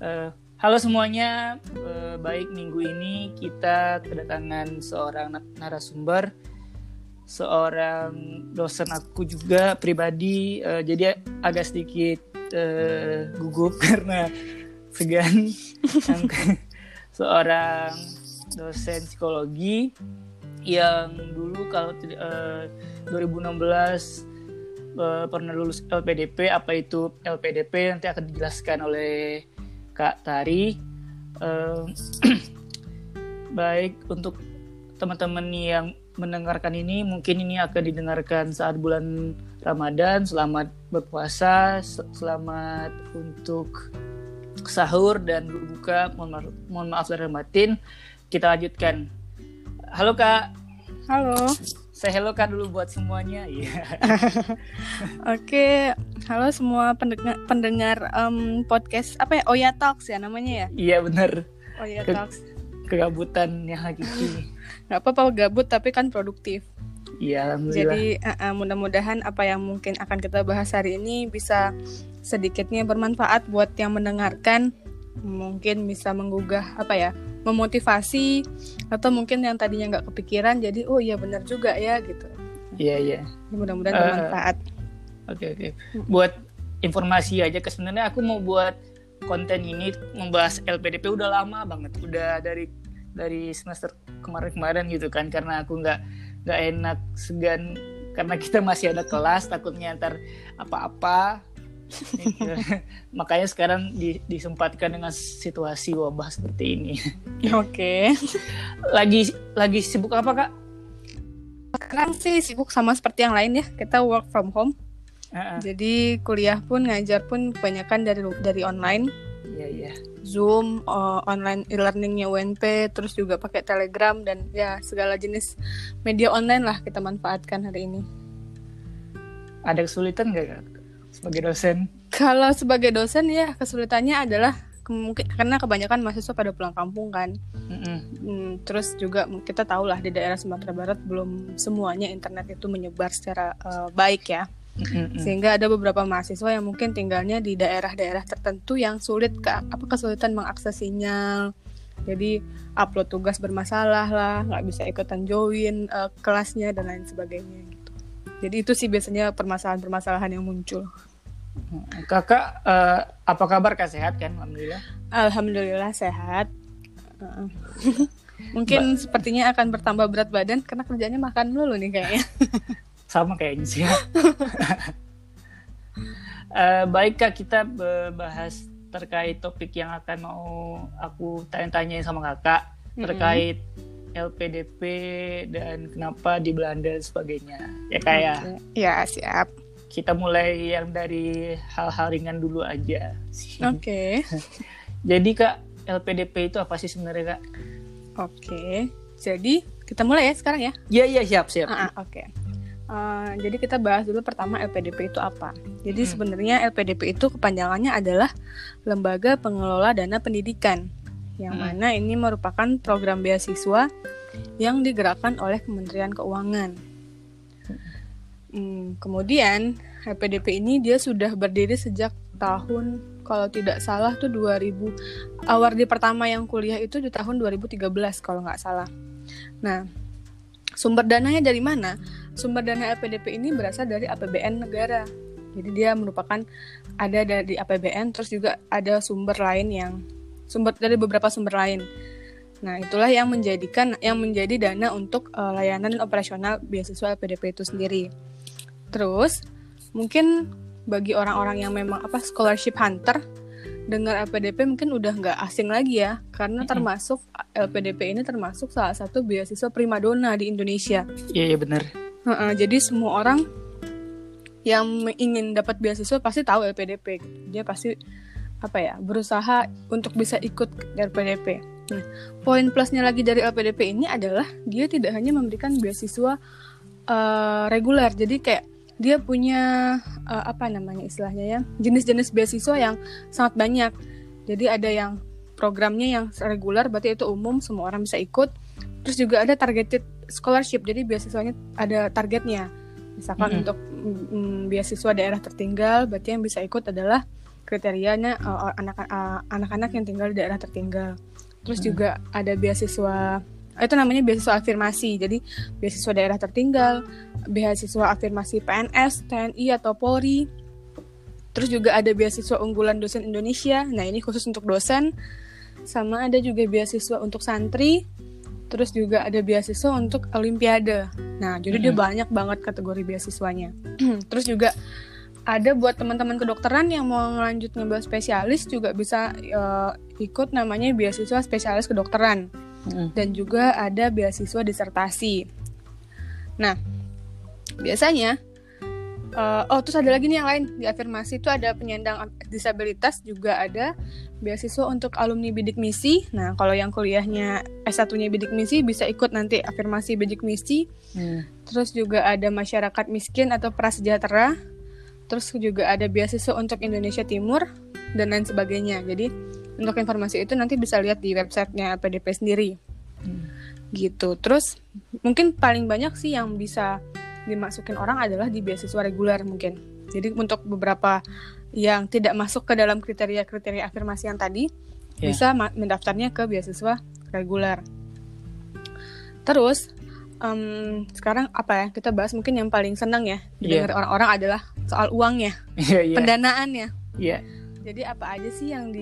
Halo semuanya, baik minggu ini kita kedatangan seorang narasumber, seorang dosen aku juga pribadi, jadi agak sedikit gugup karena segan. Seorang dosen psikologi yang dulu kalau 2016 pernah lulus LPDP. Apa itu LPDP nanti akan dijelaskan oleh Kak Tari. Baik, untuk teman-teman yang mendengarkan ini, mungkin ini akan didengarkan saat bulan Ramadan. Selamat berpuasa, selamat untuk sahur dan berbuka. Mohon maaf lahir batin. Kita lanjutkan. Halo Kak. Halo. Saya hello Kak dulu buat semuanya. Yeah. Oke, halo semua pendengar podcast apa ya? Oya Talks ya namanya ya? Iya benar. Oya Talks. Kegabutan yang hakiki. Gak apa-apa gabut tapi kan produktif. Iya, alhamdulillah. Jadi mudah-mudahan apa yang mungkin akan kita bahas hari ini bisa sedikitnya bermanfaat buat yang mendengarkan. Mungkin bisa menggugah memotivasi, atau mungkin yang tadinya nggak kepikiran jadi oh iya benar juga ya gitu. Iya. Mudah-mudahan bermanfaat. Oke. Buat informasi aja, sebenarnya aku mau buat konten ini membahas LPDP udah lama banget, udah dari semester kemarin gitu kan, karena aku nggak enak segan karena kita masih ada kelas, takutnya ntar apa-apa. Makanya sekarang disempatkan dengan situasi wabah seperti ini. Oke. Lagi sibuk apa Kak? Sekarang sih sibuk sama seperti yang lain ya. Kita work from home. Jadi kuliah pun ngajar pun kebanyakan dari online. Iya. Zoom, online e-learningnya UNP, terus juga pakai Telegram dan ya segala jenis media online lah kita manfaatkan hari ini. Ada kesulitan nggak Kak sebagai dosen? Kalau sebagai dosen ya kesulitannya adalah karena kebanyakan mahasiswa pada pulang kampung kan. Terus juga kita tahu lah di daerah Sumatera Barat belum semuanya internet itu menyebar secara baik ya. Sehingga ada beberapa mahasiswa yang mungkin tinggalnya di daerah-daerah tertentu yang kesulitan mengakses sinyal. Jadi upload tugas bermasalah lah, nggak bisa ikutan join kelasnya dan lain sebagainya gitu. Jadi itu sih biasanya permasalahan-permasalahan yang muncul. Kakak apa kabar Kak, sehat kan? Alhamdulillah. Alhamdulillah sehat. Mungkin sepertinya akan bertambah berat badan karena kerjanya makan dulu nih kayaknya. Sama kayaknya sih. Baik Kak, kita bahas terkait topik yang akan mau aku tanya-tanyain sama Kakak terkait LPDP dan kenapa di Belanda dan sebagainya. Ya kayak. Ya siap. Kita mulai yang dari hal-hal ringan dulu aja. Oke. Jadi Kak, LPDP itu apa sih sebenarnya Kak? Oke. Jadi kita mulai ya sekarang ya? Iya siap. Oke. Jadi kita bahas dulu pertama LPDP itu apa. Jadi sebenarnya LPDP itu kepanjangannya adalah Lembaga Pengelola Dana Pendidikan, yang mana ini merupakan program beasiswa yang digerakkan oleh Kementerian Keuangan. Kemudian LPDP ini dia sudah berdiri sejak tahun kalau tidak salah tuh 2000. Awardee pertama yang kuliah itu di tahun 2013 kalau nggak salah. Nah, sumber dananya dari mana? Sumber dana LPDP ini berasal dari APBN negara. Jadi dia merupakan ada dari APBN, terus juga ada dari beberapa sumber lain. Nah, itulah yang menjadi dana untuk layanan dan operasional beasiswa LPDP itu sendiri. Terus mungkin bagi orang-orang yang memang scholarship hunter, dengar LPDP mungkin udah nggak asing lagi ya, karena termasuk LPDP ini termasuk salah satu beasiswa primadona di Indonesia. Iya benar. Jadi semua orang yang ingin dapat beasiswa pasti tahu LPDP. Dia pasti berusaha untuk bisa ikut LPDP. Nah, poin plusnya lagi dari LPDP ini adalah dia tidak hanya memberikan beasiswa reguler, jadi kayak dia punya jenis-jenis beasiswa yang sangat banyak. Jadi ada yang programnya yang reguler, berarti itu umum, semua orang bisa ikut. Terus juga ada targeted scholarship, jadi beasiswanya ada targetnya. Misalkan untuk beasiswa daerah tertinggal, berarti yang bisa ikut adalah kriterianya anak-anak yang tinggal di daerah tertinggal. Terus juga ada beasiswa, itu namanya beasiswa afirmasi. Jadi beasiswa daerah tertinggal, beasiswa afirmasi PNS, TNI atau Polri. Terus juga ada beasiswa unggulan dosen Indonesia. Nah, ini khusus untuk dosen. Sama ada juga beasiswa untuk santri. Terus juga ada beasiswa untuk olimpiade. Nah, jadi dia banyak banget kategori beasiswanya. Terus juga ada buat teman-teman kedokteran yang mau lanjut ngambil spesialis juga bisa ikut namanya beasiswa spesialis kedokteran. Dan juga ada beasiswa disertasi. Nah, biasanya terus ada lagi nih yang lain. Di afirmasi itu ada penyandang disabilitas, juga ada beasiswa untuk alumni bidik misi. Nah, kalau yang kuliahnya S1-nya bidik misi bisa ikut nanti afirmasi bidik misi. Terus juga ada masyarakat miskin atau prasejahtera. Terus juga ada beasiswa untuk Indonesia Timur dan lain sebagainya. Jadi untuk informasi itu nanti bisa lihat di websitenya LPDP sendiri. Gitu. Terus mungkin paling banyak sih yang bisa dimasukin orang adalah di beasiswa reguler mungkin. Jadi untuk beberapa yang tidak masuk ke dalam kriteria-kriteria afirmasi yang tadi, bisa mendaftarnya ke beasiswa reguler. Terus sekarang apa ya, kita bahas mungkin yang paling senang ya didengar orang-orang adalah soal uangnya, pendanaannya. Jadi apa aja sih yang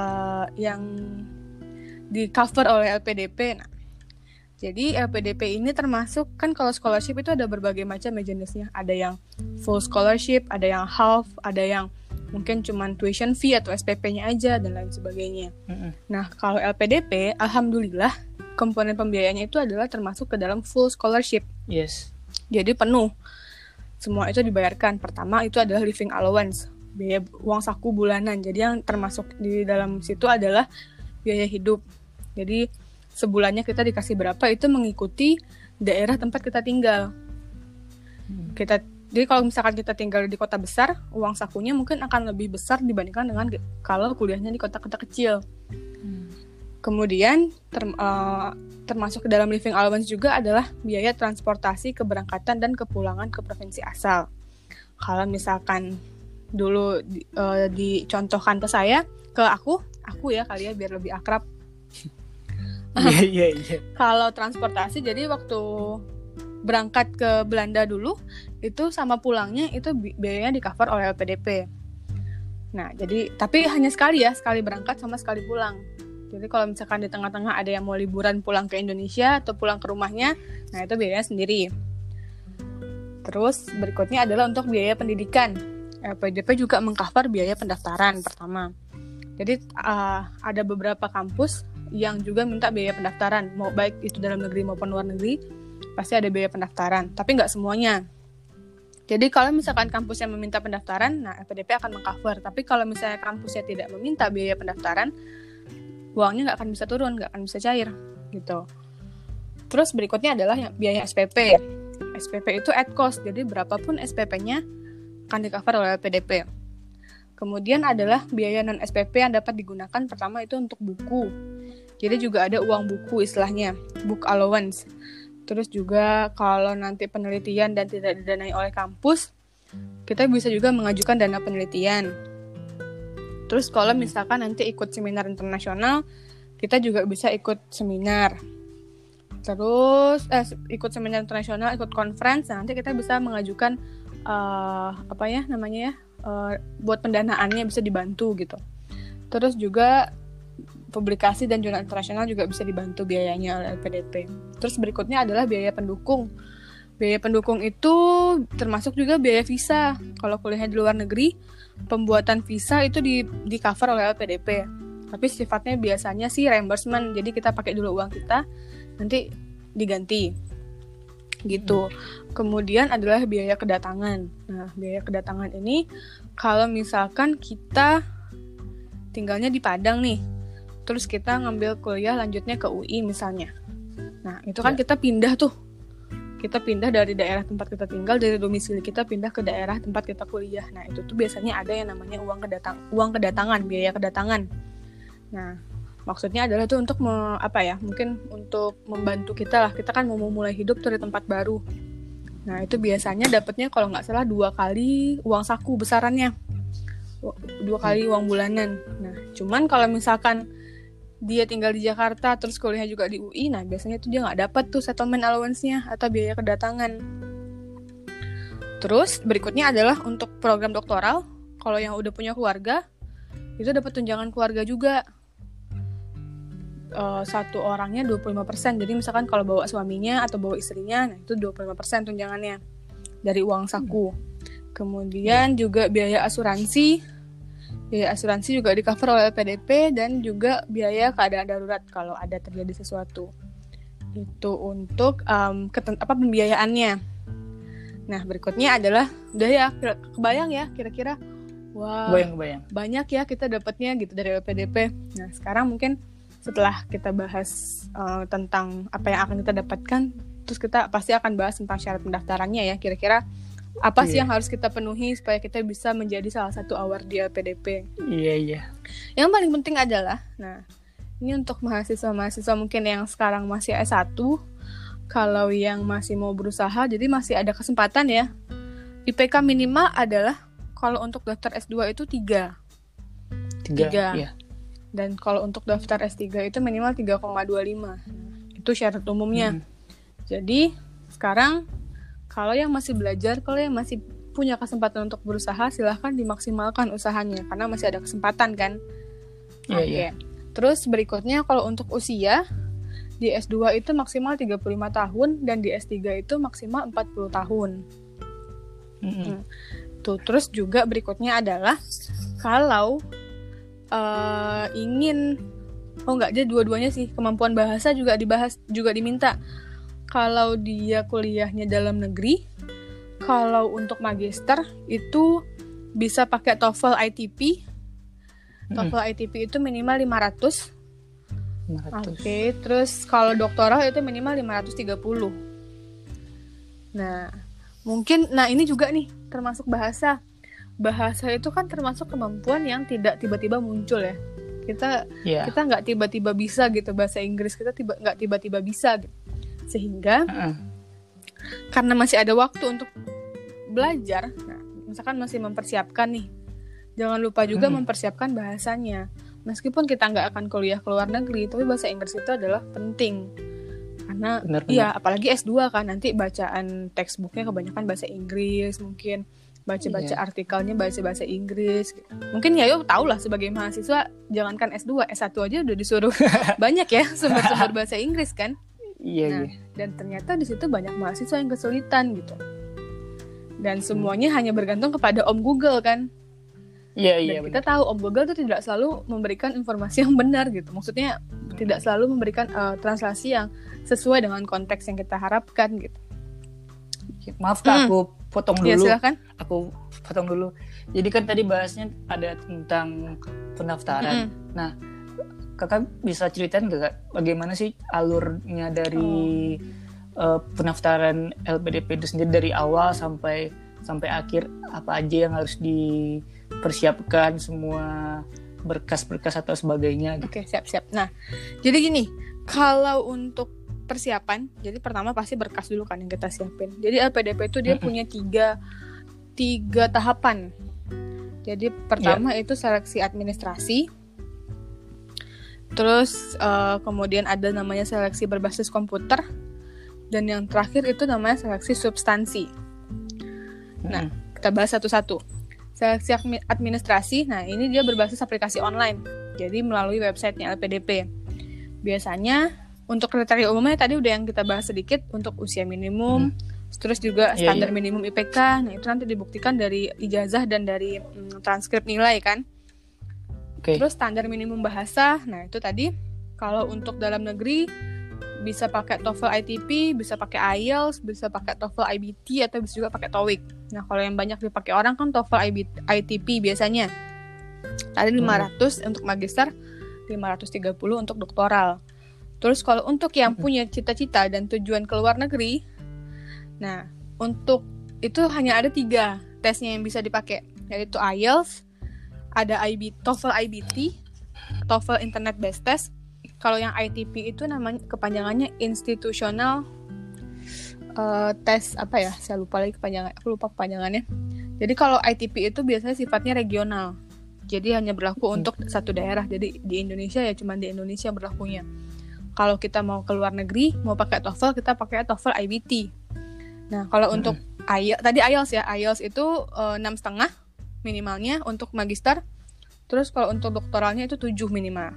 di cover oleh LPDP? Nah, jadi LPDP ini termasuk, kan kalau scholarship itu ada berbagai macam jenisnya. Ada yang full scholarship, ada yang half, ada yang mungkin cuma tuition fee atau SPP-nya aja dan lain sebagainya. Nah, kalau LPDP, alhamdulillah komponen pembiayaannya itu adalah termasuk ke dalam full scholarship. Jadi penuh. Semua itu dibayarkan. Pertama itu adalah living allowance, biaya uang saku bulanan. Jadi yang termasuk di dalam situ adalah biaya hidup. Jadi sebulannya kita dikasih berapa itu mengikuti daerah tempat kita tinggal. Jadi kalau misalkan kita tinggal di kota besar, uang sakunya mungkin akan lebih besar dibandingkan dengan kalau kuliahnya di kota-kota kecil. Kemudian termasuk ke dalam living allowance juga adalah biaya transportasi keberangkatan dan kepulangan ke provinsi asal. Kalau misalkan dulu dicontohkan ke aku ya kali ya biar lebih akrab. Kalau transportasi, jadi waktu berangkat ke Belanda dulu itu sama pulangnya itu biayanya di cover oleh LPDP. Nah, jadi tapi hanya sekali berangkat sama sekali pulang. Jadi kalau misalkan di tengah-tengah ada yang mau liburan pulang ke Indonesia atau pulang ke rumahnya, nah itu biayanya sendiri. Terus berikutnya adalah untuk biaya pendidikan. LPDP juga mengcover biaya pendaftaran pertama. Jadi ada beberapa kampus yang juga minta biaya pendaftaran, mau baik itu dalam negeri maupun luar negeri, pasti ada biaya pendaftaran, tapi nggak semuanya. Jadi kalau misalkan kampusnya meminta pendaftaran, nah LPDP akan mengcover. Tapi kalau misalnya kampusnya tidak meminta biaya pendaftaran, uangnya nggak akan bisa turun, nggak akan bisa cair, gitu. Terus berikutnya adalah biaya SPP. SPP itu at cost, jadi berapapun SPP-nya akan di-cover oleh LPDP. Kemudian adalah biaya non-SPP yang dapat digunakan, pertama itu untuk buku. Jadi juga ada uang buku istilahnya, book allowance. Terus juga kalau nanti penelitian dan tidak didanai oleh kampus, kita bisa juga mengajukan dana penelitian. Terus kalau misalkan nanti ikut seminar internasional, kita juga bisa ikut seminar. Terus ikut seminar internasional, ikut conference, nanti kita bisa mengajukan buat pendanaannya bisa dibantu gitu. Terus juga publikasi dan jurnal internasional juga bisa dibantu biayanya oleh LPDP. Terus berikutnya adalah biaya pendukung. Biaya pendukung itu termasuk juga biaya visa. Kalau kuliahnya di luar negeri, pembuatan visa itu di cover oleh LPDP. Tapi sifatnya biasanya sih reimbursement. Jadi kita pakai dulu uang kita, nanti diganti. Gitu. Kemudian adalah biaya kedatangan. Nah, biaya kedatangan ini kalau misalkan kita tinggalnya di Padang nih, terus kita ngambil kuliah lanjutnya ke UI misalnya. Nah, itu kan kita pindah tuh. Kita pindah dari daerah tempat kita tinggal, dari domisili kita pindah ke daerah tempat kita kuliah. Nah, itu tuh biasanya ada yang namanya uang kedatangan, biaya kedatangan. Nah, maksudnya adalah tuh untuk mungkin untuk membantu kita lah. Kita kan mau memulai hidup tuh di tempat baru. Nah, itu biasanya dapatnya kalau nggak salah 2 kali uang saku besarannya. 2 kali uang bulanan. Nah, cuman kalau misalkan dia tinggal di Jakarta terus kuliah juga di UI, nah biasanya tuh dia nggak dapat tuh settlement allowance-nya atau biaya kedatangan. Terus berikutnya adalah untuk program doktoral, kalau yang udah punya keluarga itu dapat tunjangan keluarga juga. Satu orangnya 25%. Jadi misalkan kalau bawa suaminya atau bawa istrinya, nah itu 25% tunjangannya dari uang saku. Kemudian juga biaya asuransi juga di cover oleh PDP, dan juga biaya keadaan darurat kalau ada terjadi sesuatu. Itu untuk pembiayaannya. Nah, berikutnya adalah udah ya, kebayang ya kira-kira, wah, Kebayang. banyak ya kita dapatnya gitu dari LPDP. Nah, sekarang mungkin setelah kita bahas tentang apa yang akan kita dapatkan, terus kita pasti akan bahas tentang syarat pendaftarannya ya, kira-kira apa sih yang harus kita penuhi supaya kita bisa menjadi salah satu award di LPDP. Iya. Yang paling penting adalah, nah ini untuk mahasiswa mungkin yang sekarang masih S1, kalau yang masih mau berusaha, jadi masih ada kesempatan ya. IPK minimal adalah kalau untuk daftar S2 itu 3. Iya. Dan kalau untuk daftar S3 itu minimal 3,25. Itu syarat umumnya. Jadi sekarang kalau yang masih belajar, kalau yang masih punya kesempatan untuk berusaha, silahkan dimaksimalkan usahanya karena masih ada kesempatan kan. Iya. Terus berikutnya kalau untuk usia, di S2 itu maksimal 35 tahun dan di S3 itu maksimal 40 tahun. Tuh, terus juga berikutnya adalah kalau jadi dua-duanya sih, kemampuan bahasa juga diminta. Kalau dia kuliahnya dalam negeri, kalau untuk magister itu bisa pakai TOEFL ITP. TOEFL ITP itu minimal 500. Oke, terus kalau doktoral itu minimal 530. Nah, ini juga nih termasuk bahasa. Bahasa itu kan termasuk kemampuan yang tidak tiba-tiba muncul ya. Kita nggak tiba-tiba bisa gitu, bahasa Inggris kita nggak tiba-tiba bisa gitu. Sehingga karena masih ada waktu untuk belajar, nah, misalkan masih mempersiapkan nih, jangan lupa juga mempersiapkan bahasanya. Meskipun kita nggak akan kuliah ke luar negeri, tapi bahasa Inggris itu adalah penting. Karena iya, apalagi S2 kan, nanti bacaan textbooknya kebanyakan bahasa Inggris, mungkin baca-baca artikelnya bahasa Inggris gitu. Mungkin ya tahu lah, sebagai mahasiswa jangankan S2, S1 aja udah disuruh banyak ya sumber-sumber bahasa Inggris kan. Iya. Dan ternyata di situ banyak mahasiswa yang kesulitan gitu. Dan semuanya hanya bergantung kepada Om Google kan. Iya. Dan kita tahu Om Google itu tidak selalu memberikan informasi yang benar gitu. Maksudnya tidak selalu memberikan translasi yang sesuai dengan konteks yang kita harapkan gitu. Maaf Kak, aku potong dulu. Ya, silakan. Aku potong dulu. Jadi kan tadi bahasnya ada tentang pendaftaran. Nah, Kakak bisa ceritain gak Kak, bagaimana sih alurnya dari pendaftaran LPDP itu sendiri dari awal sampai akhir, apa aja yang harus dipersiapkan, semua berkas-berkas atau sebagainya gitu. Oke, siap. Nah, jadi gini, kalau untuk persiapan, jadi pertama pasti berkas dulu kan yang kita siapin. Jadi LPDP itu dia punya tiga tahapan. Jadi pertama itu seleksi administrasi. Terus kemudian ada namanya seleksi berbasis komputer, dan yang terakhir itu namanya seleksi substansi. Nah, kita bahas satu-satu. Seleksi administrasi, nah ini dia berbasis aplikasi online, jadi melalui websitenya LPDP. Biasanya untuk kriteria umumnya tadi udah yang kita bahas sedikit, untuk usia minimum, terus juga standar minimum IPK. Nah itu nanti dibuktikan dari ijazah dan dari transkrip nilai kan. Terus standar minimum bahasa, nah itu tadi kalau untuk dalam negeri bisa pakai TOEFL ITP, bisa pakai IELTS, bisa pakai TOEFL IBT, atau bisa juga pakai TOEIC. Nah kalau yang banyak dipakai orang kan TOEFL ITP biasanya. Tadi 500 untuk magister, 530 untuk doktoral. Terus kalau untuk yang punya cita-cita dan tujuan ke luar negeri, nah untuk itu hanya ada 3 tesnya yang bisa dipakai, yaitu IELTS, ada TOEFL IBT, TOEFL Internet Based Test. Kalau yang ITP itu namanya kepanjangannya Institutional Test saya lupa lagi kepanjangannya. Jadi kalau ITP itu biasanya sifatnya regional. Jadi hanya berlaku untuk satu daerah. Jadi di Indonesia ya cuma di Indonesia berlakunya. Kalau kita mau ke luar negeri, mau pakai TOEFL, kita pakai TOEFL IBT. Nah, kalau untuk tadi IELTS ya, IELTS itu 6,5 minimalnya untuk magister. Terus kalau untuk doktoralnya itu 7 minimal.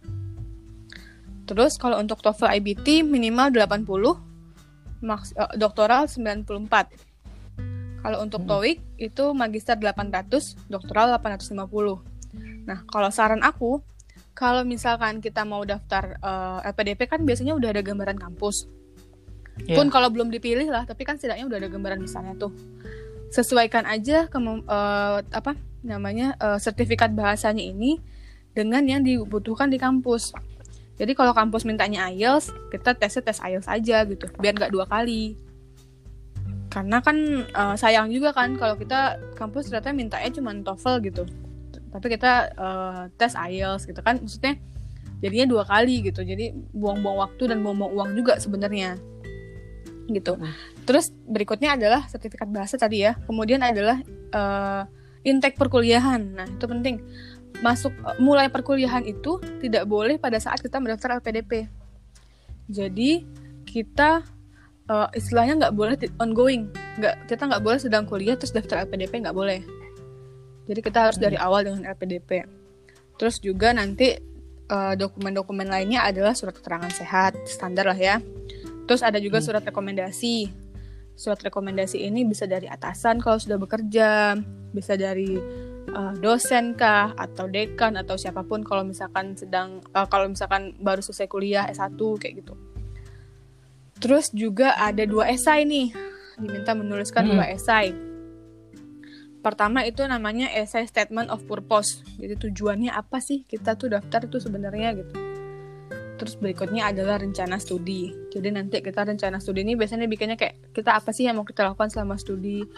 Terus kalau untuk TOEFL IBT minimal 80, doktoral 94. Kalau untuk TOEIC itu magister 800, doktoral 850. Nah, kalau saran aku, kalau misalkan kita mau daftar LPDP kan biasanya udah ada gambaran kampus. Yeah. Pun kalau belum dipilih lah, tapi kan setidaknya udah ada gambaran besarnya tuh. Sesuaikan aja sertifikat bahasanya ini dengan yang dibutuhkan di kampus. Jadi kalau kampus mintanya IELTS, kita tes IELTS aja gitu, biar nggak 2 kali. Karena kan sayang juga kan kalau kita kampus ternyata mintanya cuma TOEFL gitu. Tapi kita tes IELTS gitu kan, maksudnya jadinya 2 kali gitu. Jadi buang-buang waktu dan buang-buang uang juga sebenarnya. Gitu. Terus berikutnya adalah sertifikat bahasa tadi ya. Kemudian adalah intake perkuliahan. Nah, itu penting. Mulai perkuliahan itu tidak boleh pada saat kita mendaftar LPDP. Jadi kita istilahnya nggak boleh ongoing, kita nggak boleh sedang kuliah terus daftar LPDP, nggak boleh. Jadi kita harus dari awal dengan LPDP. Terus juga nanti dokumen-dokumen lainnya adalah surat keterangan sehat standar lah ya. Terus ada juga surat rekomendasi. Surat rekomendasi ini bisa dari atasan kalau sudah bekerja, bisa dari dosen kah atau dekan atau siapapun kalau misalkan baru selesai kuliah S1 kayak gitu. Terus juga ada 2 esai nih, diminta menuliskan 2 esai. Pertama itu namanya esai statement of purpose. Jadi tujuannya apa sih kita tuh daftar itu sebenarnya gitu. Terus berikutnya adalah rencana studi. Jadi nanti kita rencana studi ini biasanya bikinnya kayak kita apa sih yang mau kita lakukan selama studi,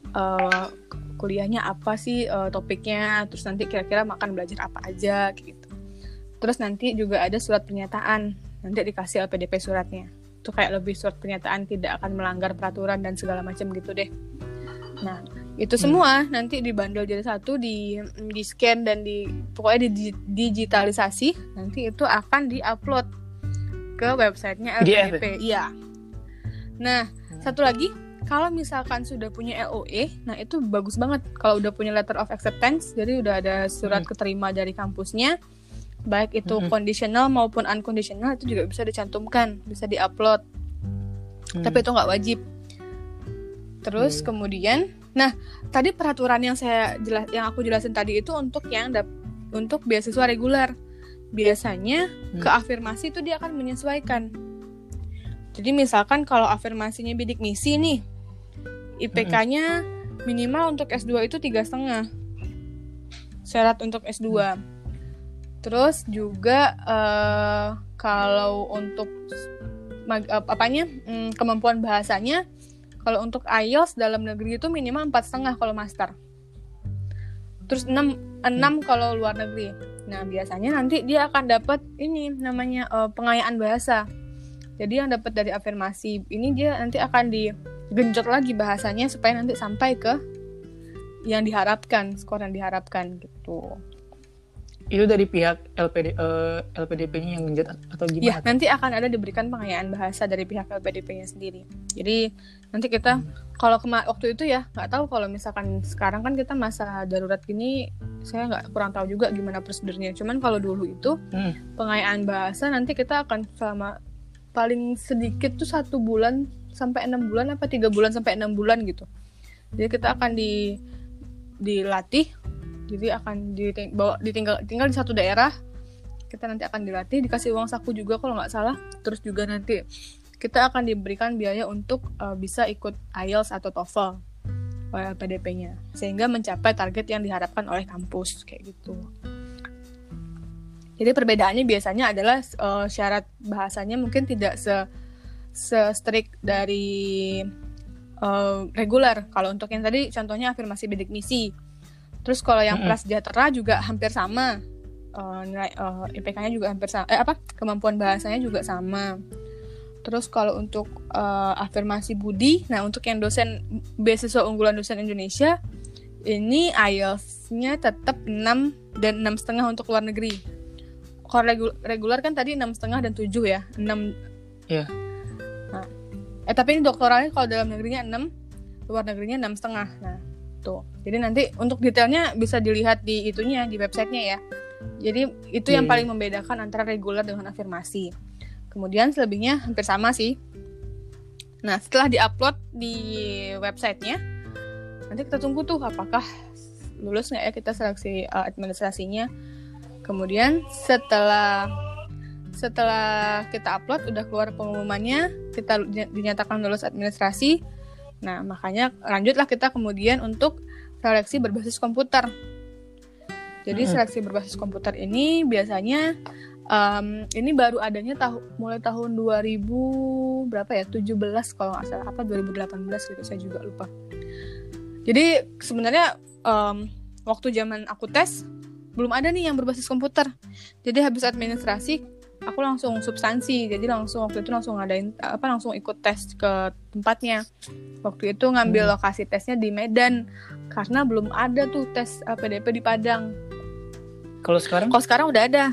kuliahnya apa sih topiknya, terus nanti kira-kira makan belajar apa aja gitu. Terus nanti juga ada surat pernyataan, nanti dikasih LPDP suratnya. Itu kayak lebih surat pernyataan tidak akan melanggar peraturan dan segala macam gitu deh. Nah, itu semua nanti dibandel jadi satu, di scan dan pokoknya digitalisasi, nanti itu akan diupload ke websitenya LPDP. Iya. Nah, satu lagi, kalau misalkan sudah punya LOE, nah itu bagus banget. Kalau udah punya letter of acceptance, jadi udah ada surat keterima dari kampusnya, baik itu conditional maupun unconditional, itu juga bisa dicantumkan, bisa diupload. Tapi itu nggak wajib. Terus kemudian, nah tadi peraturan yang aku jelasin tadi itu untuk untuk beasiswa reguler. Biasanya ke afirmasi itu dia akan menyesuaikan. Jadi misalkan kalau afirmasinya bidik misi nih, IPK-nya minimal untuk S2 itu 3,5 syarat untuk S2. Terus juga kalau untuk kemampuan bahasanya, kalau untuk IELTS dalam negeri itu minimal 4,5 kalau master. Terus 6 kalau luar negeri. Nah, biasanya nanti dia akan dapat ini namanya pengayaan bahasa. Jadi yang dapat dari afirmasi ini dia nanti akan digenjot lagi bahasanya supaya nanti sampai ke yang diharapkan, skor yang diharapkan gitu. Itu dari pihak LPDP-nya yang genjot atau gimana? Iya, nanti akan ada diberikan pengayaan bahasa dari pihak LPDP-nya sendiri. Jadi nanti kita kalau waktu itu ya nggak tahu, kalau misalkan sekarang kan kita masa darurat gini, saya kurang tahu juga gimana prosedurnya. Cuman kalau dulu itu pengayaan bahasa nanti kita akan selama paling sedikit tuh 1 bulan sampai 6 bulan apa 3 bulan sampai 6 bulan gitu. Jadi kita akan dilatih. Jadi akan tinggal di satu daerah, kita nanti akan dilatih, dikasih uang saku juga kalau nggak salah. Terus juga nanti kita akan diberikan biaya untuk bisa ikut IELTS atau TOEFL oleh LPDP-nya, sehingga mencapai target yang diharapkan oleh kampus kayak gitu. Jadi perbedaannya biasanya adalah syarat bahasanya mungkin tidak se-strict dari reguler. Kalau untuk yang tadi contohnya afirmasi bidik misi. Terus kalau yang prasejahtera juga hampir sama, nilai IPK-nya juga hampir sama, kemampuan bahasanya juga sama. Terus kalau untuk afirmasi budi, nah untuk yang dosen beasiswa unggulan dosen Indonesia ini IELTS-nya tetap 6 dan 6,5 untuk luar negeri. Kalau reguler kan tadi 6,5 dan 7 ya. 6. Iya. Nah, tapi ini doktoralnya kalau dalam negerinya 6, luar negerinya 6,5. Nah, tuh. Jadi nanti untuk detailnya bisa dilihat di itunya, di websitenya ya. Jadi itu yang paling membedakan antara reguler dengan afirmasi. Kemudian selebihnya hampir sama sih. Nah, setelah diupload di websitenya, nanti kita tunggu tuh apakah lulus nggak ya kita seleksi administrasinya. Kemudian setelah kita upload, udah keluar pengumumannya, kita dinyatakan lulus administrasi. Nah, makanya lanjutlah kita kemudian untuk seleksi berbasis komputer. Jadi seleksi berbasis komputer ini biasanya ini baru adanya mulai tahun 2000 berapa ya? 17 kalau nggak salah, 2018 gitu, saya juga lupa. Jadi sebenarnya waktu zaman aku tes belum ada nih yang berbasis komputer. Jadi habis administrasi aku langsung substansi. Jadi waktu itu langsung langsung ikut tes ke tempatnya. Waktu itu ngambil lokasi tesnya di Medan karena belum ada tuh tes LPDP di Padang. Kalau sekarang? Kalau sekarang udah ada.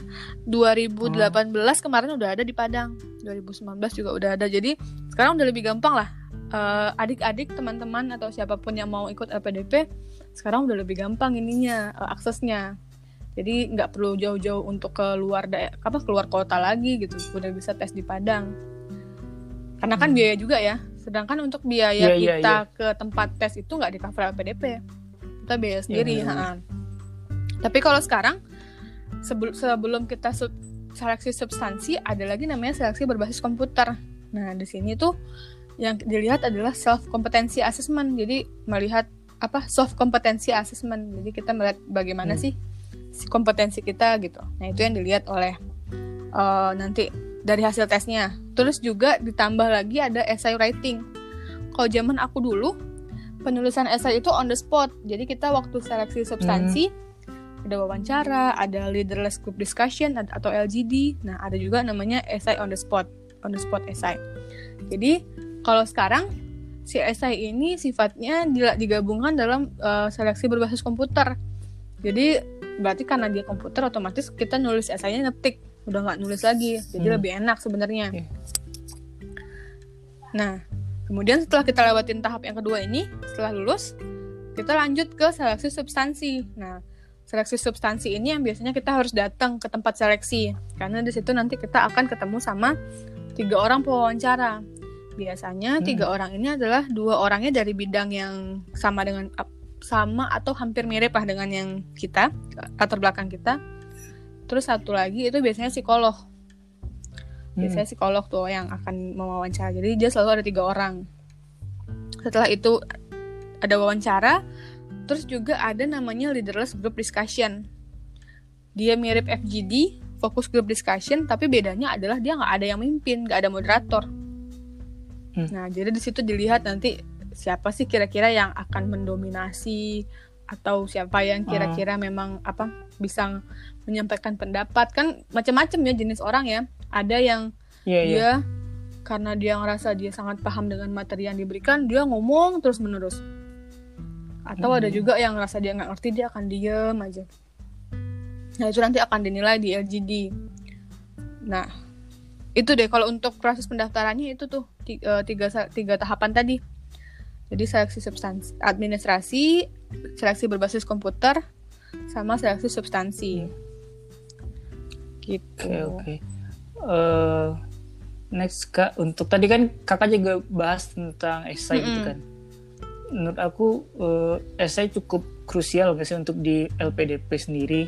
2018 kemarin udah ada di Padang. 2019 juga udah ada. Jadi sekarang udah lebih gampang lah. Adik-adik, teman-teman atau siapapun yang mau ikut LPDP sekarang udah lebih gampang ininya, aksesnya. Jadi nggak perlu jauh-jauh untuk keluar kota lagi gitu, udah bisa tes di Padang. Karena kan biaya juga ya. Sedangkan untuk biaya kita ke tempat tes itu nggak di cover LPDP, kita biaya sendiri. Tapi kalau sekarang sebelum kita seleksi substansi, ada lagi namanya seleksi berbasis komputer. Nah di sini tuh yang dilihat adalah self competency assessment. Jadi melihat soft competency assessment. Jadi kita melihat bagaimana sih kompetensi kita gitu. Nah itu yang dilihat oleh nanti dari hasil tesnya. Terus juga ditambah lagi ada essay writing. Kalau zaman aku dulu penulisan essay itu on the spot. Jadi kita waktu seleksi substansi ada wawancara, ada leaderless group discussion atau LGD. Nah ada juga namanya essay on the spot essay. Jadi kalau sekarang si essay ini sifatnya digabungkan dalam seleksi berbasis komputer. Jadi berarti karena dia komputer, otomatis kita nulis essay-nya ngetik, udah nggak nulis lagi, jadi lebih enak sebenarnya. Nah, kemudian setelah kita lewatin tahap yang kedua ini, setelah lulus, kita lanjut ke seleksi substansi. Nah, seleksi substansi ini yang biasanya kita harus datang ke tempat seleksi, karena di situ nanti kita akan ketemu sama 3 orang pewawancara. Biasanya 3 orang ini adalah 2 orangnya dari bidang yang sama atau hampir mirip lah dengan yang kita, latar belakang kita. Terus satu lagi itu biasanya psikolog. Biasanya psikolog tuh yang akan mewawancara. Jadi dia selalu ada 3 orang. Setelah itu ada wawancara. Terus juga ada namanya leaderless group discussion. Dia mirip FGD, focus group discussion, tapi bedanya adalah dia nggak ada yang mimpin, nggak ada moderator. Nah jadi di situ dilihat nanti siapa sih kira-kira yang akan mendominasi, atau siapa yang kira-kira memang bisa menyampaikan pendapat. Kan macam-macam ya jenis orang ya. Ada yang dia karena dia ngerasa dia sangat paham dengan materi yang diberikan, dia ngomong terus menerus. Atau ada juga yang ngerasa dia nggak ngerti, dia akan diem aja. Nah itu nanti akan dinilai di LGD. Nah itu deh kalau untuk proses pendaftarannya itu tuh tiga tahapan tadi. Jadi seleksi substansi, administrasi, seleksi berbasis komputer, sama seleksi substansi. Gitu. Oke. Next Kak, untuk tadi kan Kakak juga bahas tentang essay gitu kan. Menurut aku essay cukup krusial nggak sih untuk di LPDP sendiri?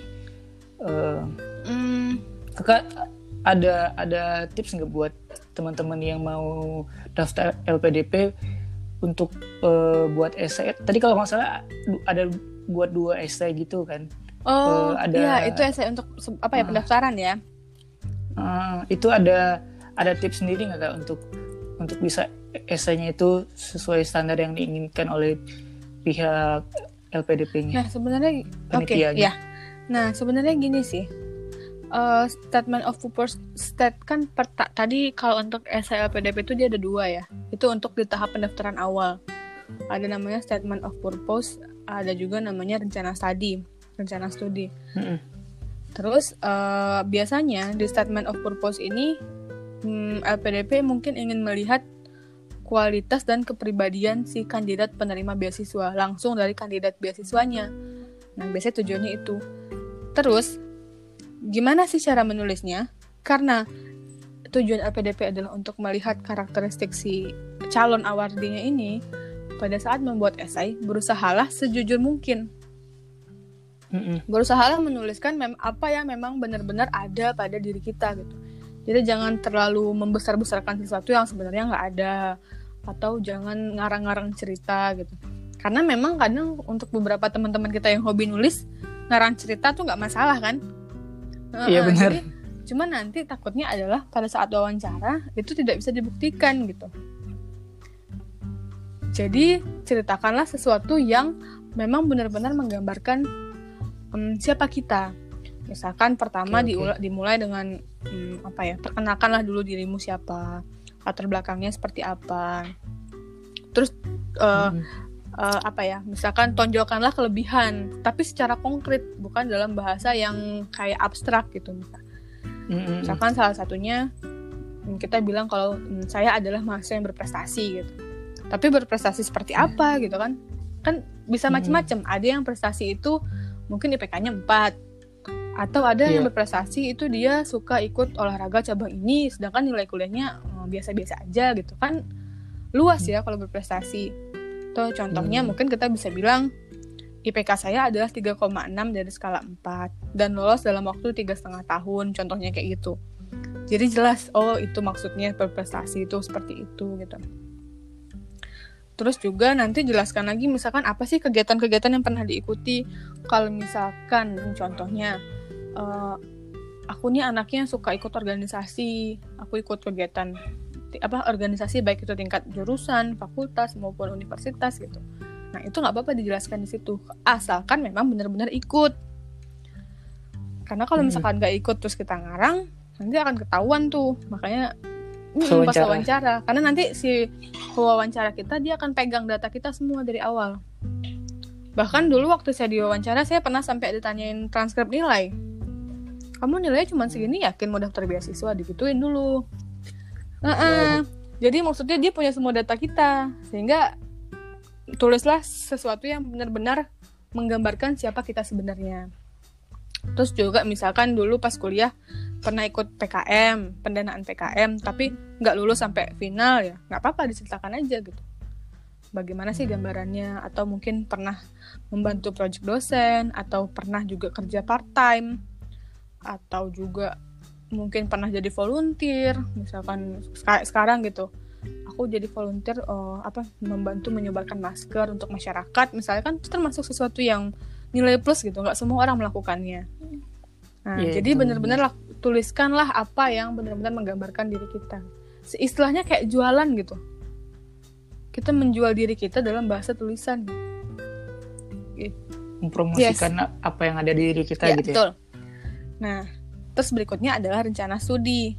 Kakak ada tips nggak buat teman-teman yang mau daftar LPDP untuk buat essay? Tadi kalau nggak salah ada buat 2 essay gitu kan? Iya itu essay untuk pendaftaran ya? Itu ada tips sendiri nggak Kak untuk bisa essay-nya itu sesuai standar yang diinginkan oleh pihak LPDP-nya? Nah sebenarnya ya. Nah sebenarnya gini sih. Statement of purpose kan tadi kalau untuk essay LPDP itu dia ada 2 ya. Itu untuk di tahap pendaftaran awal. Ada namanya statement of purpose ada juga namanya rencana studi. Mm-mm. Terus biasanya di statement of purpose ini LPDP mungkin ingin melihat kualitas dan kepribadian si kandidat penerima beasiswa langsung dari kandidat beasiswanya. Nah, biasanya tujuannya itu. Terus, gimana sih cara menulisnya? Karena tujuan LPDP adalah untuk melihat karakteristik si calon awardinya ini, pada saat membuat esai, berusahalah sejujur mungkin. Berusahalah menuliskan apa yang memang benar-benar ada pada diri kita gitu. Jadi jangan terlalu membesar-besarkan sesuatu yang sebenarnya nggak ada, atau jangan ngarang-ngarang cerita gitu. Karena memang kadang untuk beberapa teman-teman kita yang hobi nulis, ngarang cerita tuh nggak masalah kan? Iya benar. Cuma nanti takutnya adalah pada saat wawancara itu tidak bisa dibuktikan gitu. Jadi ceritakanlah sesuatu yang memang benar-benar menggambarkan siapa kita. Misalkan pertama dimulai dengan perkenalkanlah dulu dirimu siapa, latar belakangnya seperti apa. Terus misalkan tonjolkanlah kelebihan, tapi secara konkret, bukan dalam bahasa yang kayak abstrak gitu. Misalkan salah satunya kita bilang kalau saya adalah mahasiswa yang berprestasi gitu. Tapi berprestasi seperti apa gitu kan? Kan bisa macam-macam. Ada yang prestasi itu mungkin IPK-nya 4. Atau ada yang berprestasi itu dia suka ikut olahraga cabang ini, sedangkan nilai kuliahnya biasa-biasa aja gitu kan. Luas ya kalau berprestasi. Tuh contohnya mungkin kita bisa bilang IPK saya adalah 3,6 dari skala 4 dan lolos dalam waktu 3,5 tahun, contohnya kayak gitu. Jadi jelas, oh itu maksudnya berprestasi itu seperti itu gitu. Terus juga nanti jelaskan lagi misalkan apa sih kegiatan-kegiatan yang pernah diikuti. Kalau misalkan contohnya aku nih anaknya suka ikut organisasi, aku ikut kegiatan organisasi baik itu tingkat jurusan, fakultas maupun universitas gitu. Nah itu nggak apa-apa dijelaskan di situ, asalkan memang benar-benar ikut. Karena kalau misalkan nggak ikut terus kita ngarang, nanti akan ketahuan tuh. Makanya pas wawancara, karena nanti si wawancara kita dia akan pegang data kita semua dari awal. Bahkan dulu waktu saya diwawancara, saya pernah sampai ditanyain transkrip nilai. Kamu nilainya cuma segini, yakin mau daftar beasiswa? Digituin dulu. Jadi maksudnya dia punya semua data kita, sehingga tulislah sesuatu yang benar-benar menggambarkan siapa kita sebenarnya. Terus juga misalkan dulu pas kuliah pernah ikut PKM, pendanaan PKM, tapi nggak lulus sampai final ya, nggak apa-apa diceritakan aja gitu. Bagaimana sih gambarannya, atau mungkin pernah membantu proyek dosen, atau pernah juga kerja part-time, atau juga mungkin pernah jadi volunteer, misalkan sekarang gitu. Aku jadi volunteer membantu menyebarkan masker untuk masyarakat, misalnya kan itu termasuk sesuatu yang nilai plus gitu, nggak semua orang melakukannya. Nah, jadi benar-benar tuliskanlah apa yang benar-benar menggambarkan diri kita. Istilahnya kayak jualan gitu. Kita menjual diri kita dalam bahasa tulisan. Mempromosikan apa yang ada di diri kita gitu. Betul. Nah, terus berikutnya adalah rencana studi.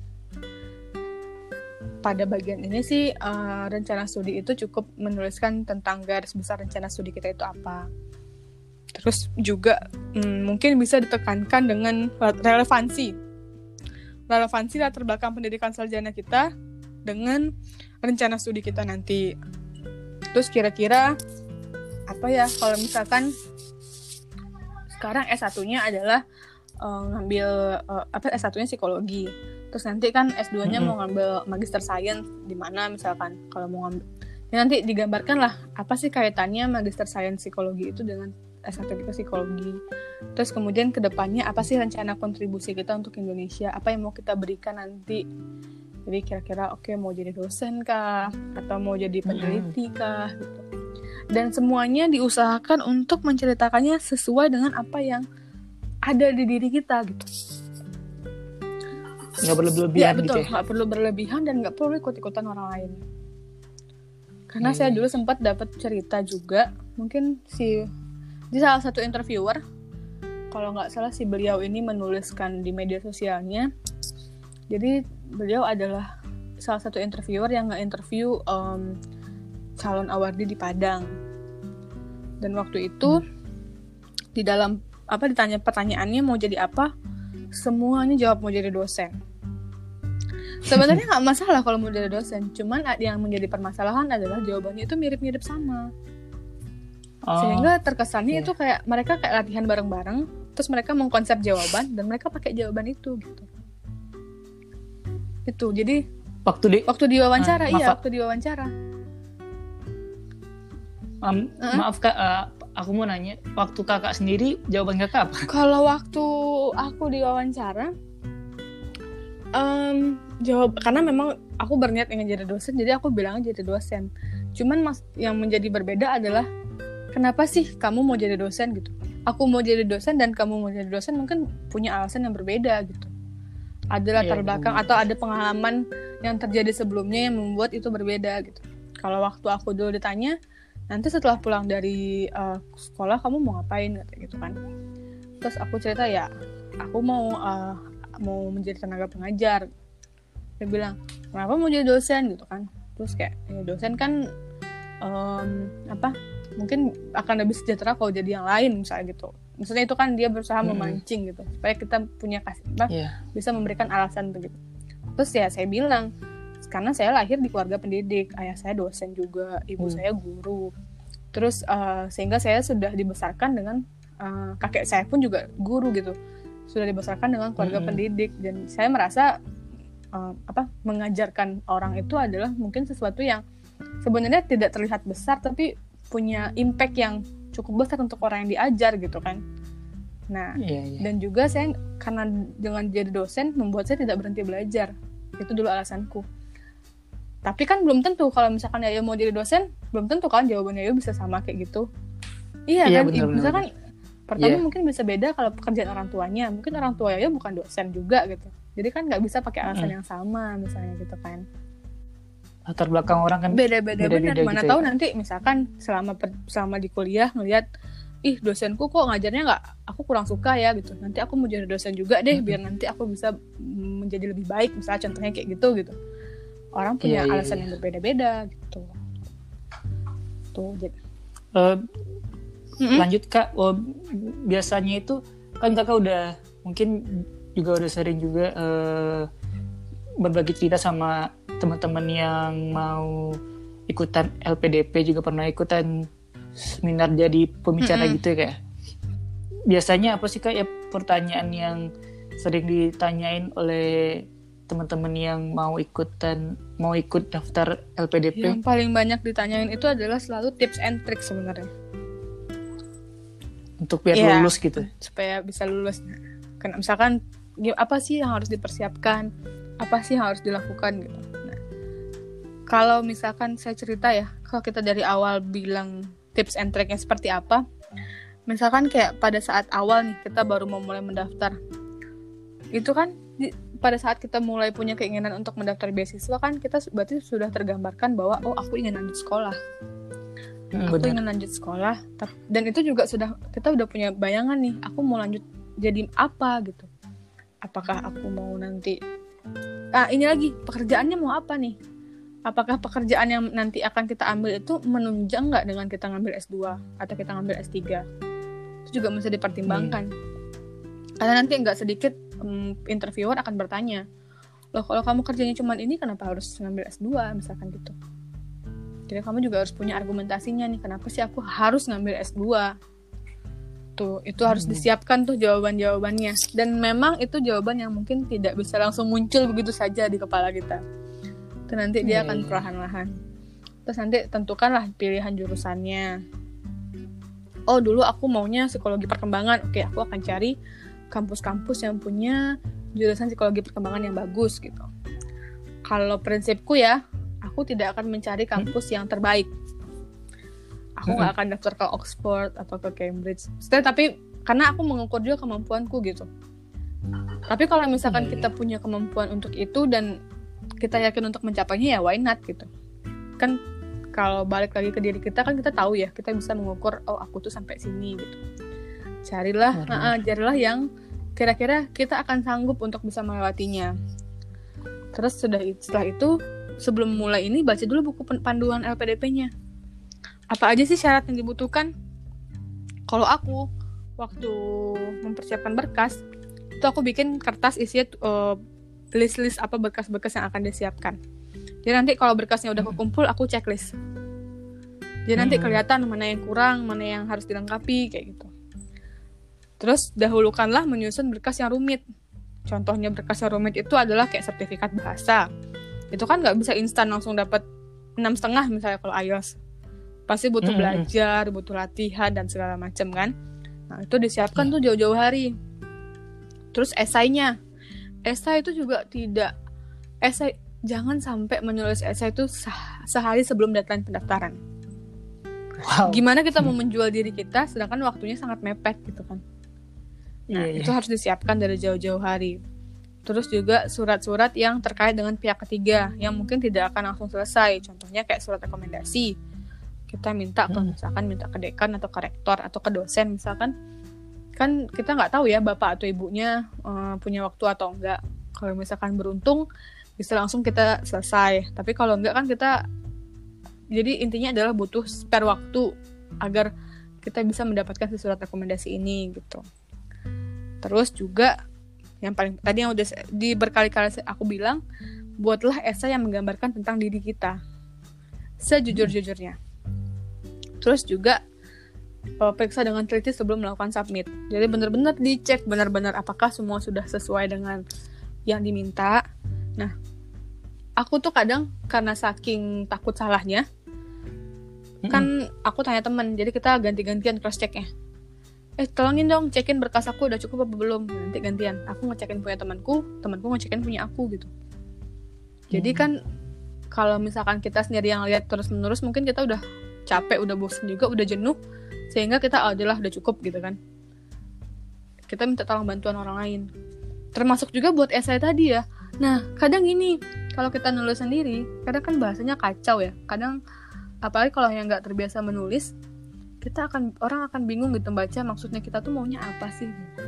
Pada bagian ini sih rencana studi itu cukup menuliskan tentang garis besar rencana studi kita itu apa. Terus juga mungkin bisa ditekankan dengan relevansi latar belakang pendidikan sarjana kita dengan rencana studi kita nanti. Terus kira-kira apa ya, kalau misalkan sekarang S1-nya adalah ngambil S1-nya psikologi. Terus nanti kan S2-nya mau ngambil magister science di mana misalkan kalau mau ngambil. Ya nanti digambarkan lah apa sih kaitannya magister science psikologi itu dengan S1 kita psikologi. Terus kemudian kedepannya apa sih rencana kontribusi kita untuk Indonesia, apa yang mau kita berikan nanti. Jadi kira-kira mau jadi dosen kah, atau mau jadi peneliti kah gitu. Dan semuanya diusahakan untuk menceritakannya sesuai dengan apa yang ada di diri kita gitu. Nggak berlebihan betul, gitu ya? Nggak perlu berlebihan dan nggak perlu ikut-ikutan orang lain. Karena saya dulu sempat dapat cerita juga, mungkin di salah satu interviewer, kalau nggak salah beliau ini menuliskan di media sosialnya. Jadi beliau adalah salah satu interviewer yang nge-interview calon awardi di Padang. Dan waktu itu di dalam ditanya pertanyaannya mau jadi apa, semuanya jawab mau jadi dosen. Sebenarnya nggak masalah kalau mau jadi dosen, cuman yang menjadi permasalahan adalah jawabannya itu mirip-mirip sama. Sehingga terkesannya itu kayak mereka kayak latihan bareng-bareng, terus mereka mengkonsep jawaban dan mereka pakai jawaban itu gitu. Itu jadi waktu diwawancara, waktu diwawancara. Maaf Kak, aku mau nanya, waktu kakak sendiri jawaban kakak apa? Kalau waktu aku diwawancara, karena memang aku berniat ingin jadi dosen, jadi aku bilang jadi dosen. Cuman yang menjadi berbeda adalah kenapa sih kamu mau jadi dosen gitu? Aku mau jadi dosen dan kamu mau jadi dosen mungkin punya alasan yang berbeda gitu. Ada latar belakang atau ada pengalaman yang terjadi sebelumnya yang membuat itu berbeda gitu. Kalau waktu aku dulu ditanya, nanti setelah pulang dari sekolah kamu mau ngapain gitu kan? Terus aku cerita ya, aku mau menjadi tenaga pengajar. Dia bilang, kenapa mau jadi dosen gitu kan? Terus kayak dosen kan mungkin akan lebih sejahtera kalau jadi yang lain misalnya gitu. Maksudnya itu kan dia berusaha memancing gitu supaya kita punya bisa memberikan alasan begitu. Terus ya saya bilang, karena saya lahir di keluarga pendidik, ayah saya dosen juga, ibu saya guru. Terus sehingga saya sudah dibesarkan dengan kakek saya pun juga guru gitu. Sudah dibesarkan dengan keluarga pendidik, dan saya merasa mengajarkan orang itu adalah mungkin sesuatu yang sebenarnya tidak terlihat besar tapi punya impact yang cukup besar untuk orang yang diajar gitu kan. Nah, dan juga saya karena dengan jadi dosen membuat saya tidak berhenti belajar. Itu dulu alasanku. Tapi kan belum tentu kalau misalkan Yayo mau jadi dosen, belum tentu kan jawabannya Yayo bisa sama kayak gitu. Iya kan? Misalkan pertama mungkin bisa beda kalau pekerjaan orang tuanya. Mungkin orang tua Yayo bukan dosen juga gitu. Jadi kan nggak bisa pakai alasan yang sama misalnya gitu kan. Latar belakang orang kan beda-beda mana gitu tahu ya. Nanti misalkan selama di kuliah ngelihat dosenku kok ngajarnya aku kurang suka ya gitu, nanti aku mau jadi dosen juga deh biar nanti aku bisa menjadi lebih baik, misalnya contohnya kayak gitu orang punya alasan yang berbeda-beda gitu tuh. Jadi lanjut Kak, biasanya itu kan kakak mungkin udah sering juga berbagi cerita sama teman-teman yang mau ikutan LPDP, juga pernah ikutan seminar jadi pembicara gitu ya Kak. Biasanya apa sih Kak ya pertanyaan yang sering ditanyain oleh teman-teman yang mau ikut daftar LPDP? Yang paling banyak ditanyain itu adalah selalu tips and tricks sebenarnya. Untuk biar lulus gitu. Supaya bisa lulus. Karena misalkan apa sih yang harus dipersiapkan? Apa sih yang harus dilakukan gitu. Kalau misalkan saya cerita ya, kalau kita dari awal bilang tips and trick-nya seperti apa, misalkan kayak pada saat awal nih kita baru mau mulai mendaftar, itu kan pada saat kita mulai punya keinginan untuk mendaftar beasiswa kan kita berarti sudah tergambarkan bahwa aku ingin lanjut sekolah, ingin lanjut sekolah, dan itu juga kita udah punya bayangan nih, aku mau lanjut jadi apa gitu, apakah aku mau nanti ini lagi pekerjaannya mau apa nih. Apakah pekerjaan yang nanti akan kita ambil itu menunjang nggak dengan kita ngambil S2 atau kita ngambil S3? Itu juga mesti dipertimbangkan. Karena nanti nggak sedikit interviewer akan bertanya, loh kalau kamu kerjanya cuma ini kenapa harus ngambil S2 misalkan gitu. Jadi kamu juga harus punya argumentasinya nih, kenapa sih aku harus ngambil S2? Tuh, itu harus disiapkan tuh jawaban-jawabannya. Dan memang itu jawaban yang mungkin tidak bisa langsung muncul begitu saja di kepala kita. Nanti dia akan perlahan-lahan. Terus nanti tentukanlah pilihan jurusannya. Dulu aku maunya psikologi perkembangan. Oke, aku akan cari kampus-kampus yang punya jurusan psikologi perkembangan yang bagus gitu. Kalau prinsipku ya, aku tidak akan mencari kampus yang terbaik. Aku nggak akan daftar ke Oxford atau ke Cambridge. Tapi karena aku mengukur juga kemampuanku gitu. Tapi kalau misalkan kita punya kemampuan untuk itu dan kita yakin untuk mencapainya, ya why not gitu. Kan kalau balik lagi ke diri kita kan kita tahu ya, kita bisa mengukur aku tuh sampai sini gitu. Carilah yang kira-kira kita akan sanggup untuk bisa melewatinya. Terus setelah itu sebelum mulai ini baca dulu buku panduan LPDP-nya. Apa aja sih syarat yang dibutuhkan? Kalau aku waktu mempersiapkan berkas itu aku bikin kertas isinya list-list apa berkas-berkas yang akan disiapkan. Jadi nanti kalau berkasnya udah kekumpul, aku checklist. Jadi nanti kelihatan mana yang kurang, mana yang harus dilengkapi kayak gitu. Terus dahulukanlah menyusun berkas yang rumit. Contohnya berkas yang rumit itu adalah kayak sertifikat bahasa. Itu kan nggak bisa instan langsung dapat 6,5 misalnya kalau IELTS. Pasti butuh belajar, butuh latihan dan segala macam kan. Nah itu disiapkan tuh jauh-jauh hari. Terus esainya. Esai itu juga jangan sampai menulis esai itu sehari sebelum deadline pendaftaran. Wow. Gimana kita mau menjual diri kita sedangkan waktunya sangat mepet gitu kan. Nah, itu harus disiapkan dari jauh-jauh hari. Terus juga surat-surat yang terkait dengan pihak ketiga yang mungkin tidak akan langsung selesai. Contohnya kayak surat rekomendasi. Kita minta ke dekan atau ke rektor atau ke dosen misalkan. Kan kita nggak tahu ya bapak atau ibunya punya waktu atau enggak. Kalau misalkan beruntung bisa langsung kita selesai. Tapi kalau enggak kan kita, jadi intinya adalah butuh spare waktu agar kita bisa mendapatkan surat rekomendasi ini gitu. Terus juga yang paling tadi yang udah berkali-kali aku bilang, buatlah esai yang menggambarkan tentang diri kita sejujur-jujurnya. Terus juga periksa dengan teliti sebelum melakukan submit. Jadi benar-benar dicek benar-benar apakah semua sudah sesuai dengan yang diminta. Nah, aku tuh kadang karena saking takut salahnya, kan aku tanya teman, jadi kita ganti-gantian cross checknya. Tolongin dong cekin berkas aku udah cukup apa belum, nanti gantian. Aku ngecekin punya temanku ngecekin punya aku gitu. Jadi kan kalau misalkan kita sendiri yang lihat terus-menerus, mungkin kita udah capek, udah bosan juga, udah jenuh, sehingga kita adalah udah cukup gitu kan. Kita minta tolong bantuan orang lain. Termasuk juga buat esai tadi ya. Nah, kadang ini kalau kita nulis sendiri, kadang kan bahasanya kacau ya. Kadang apalagi kalau yang nggak terbiasa menulis, orang akan bingung gitu baca maksudnya kita tuh maunya apa sih.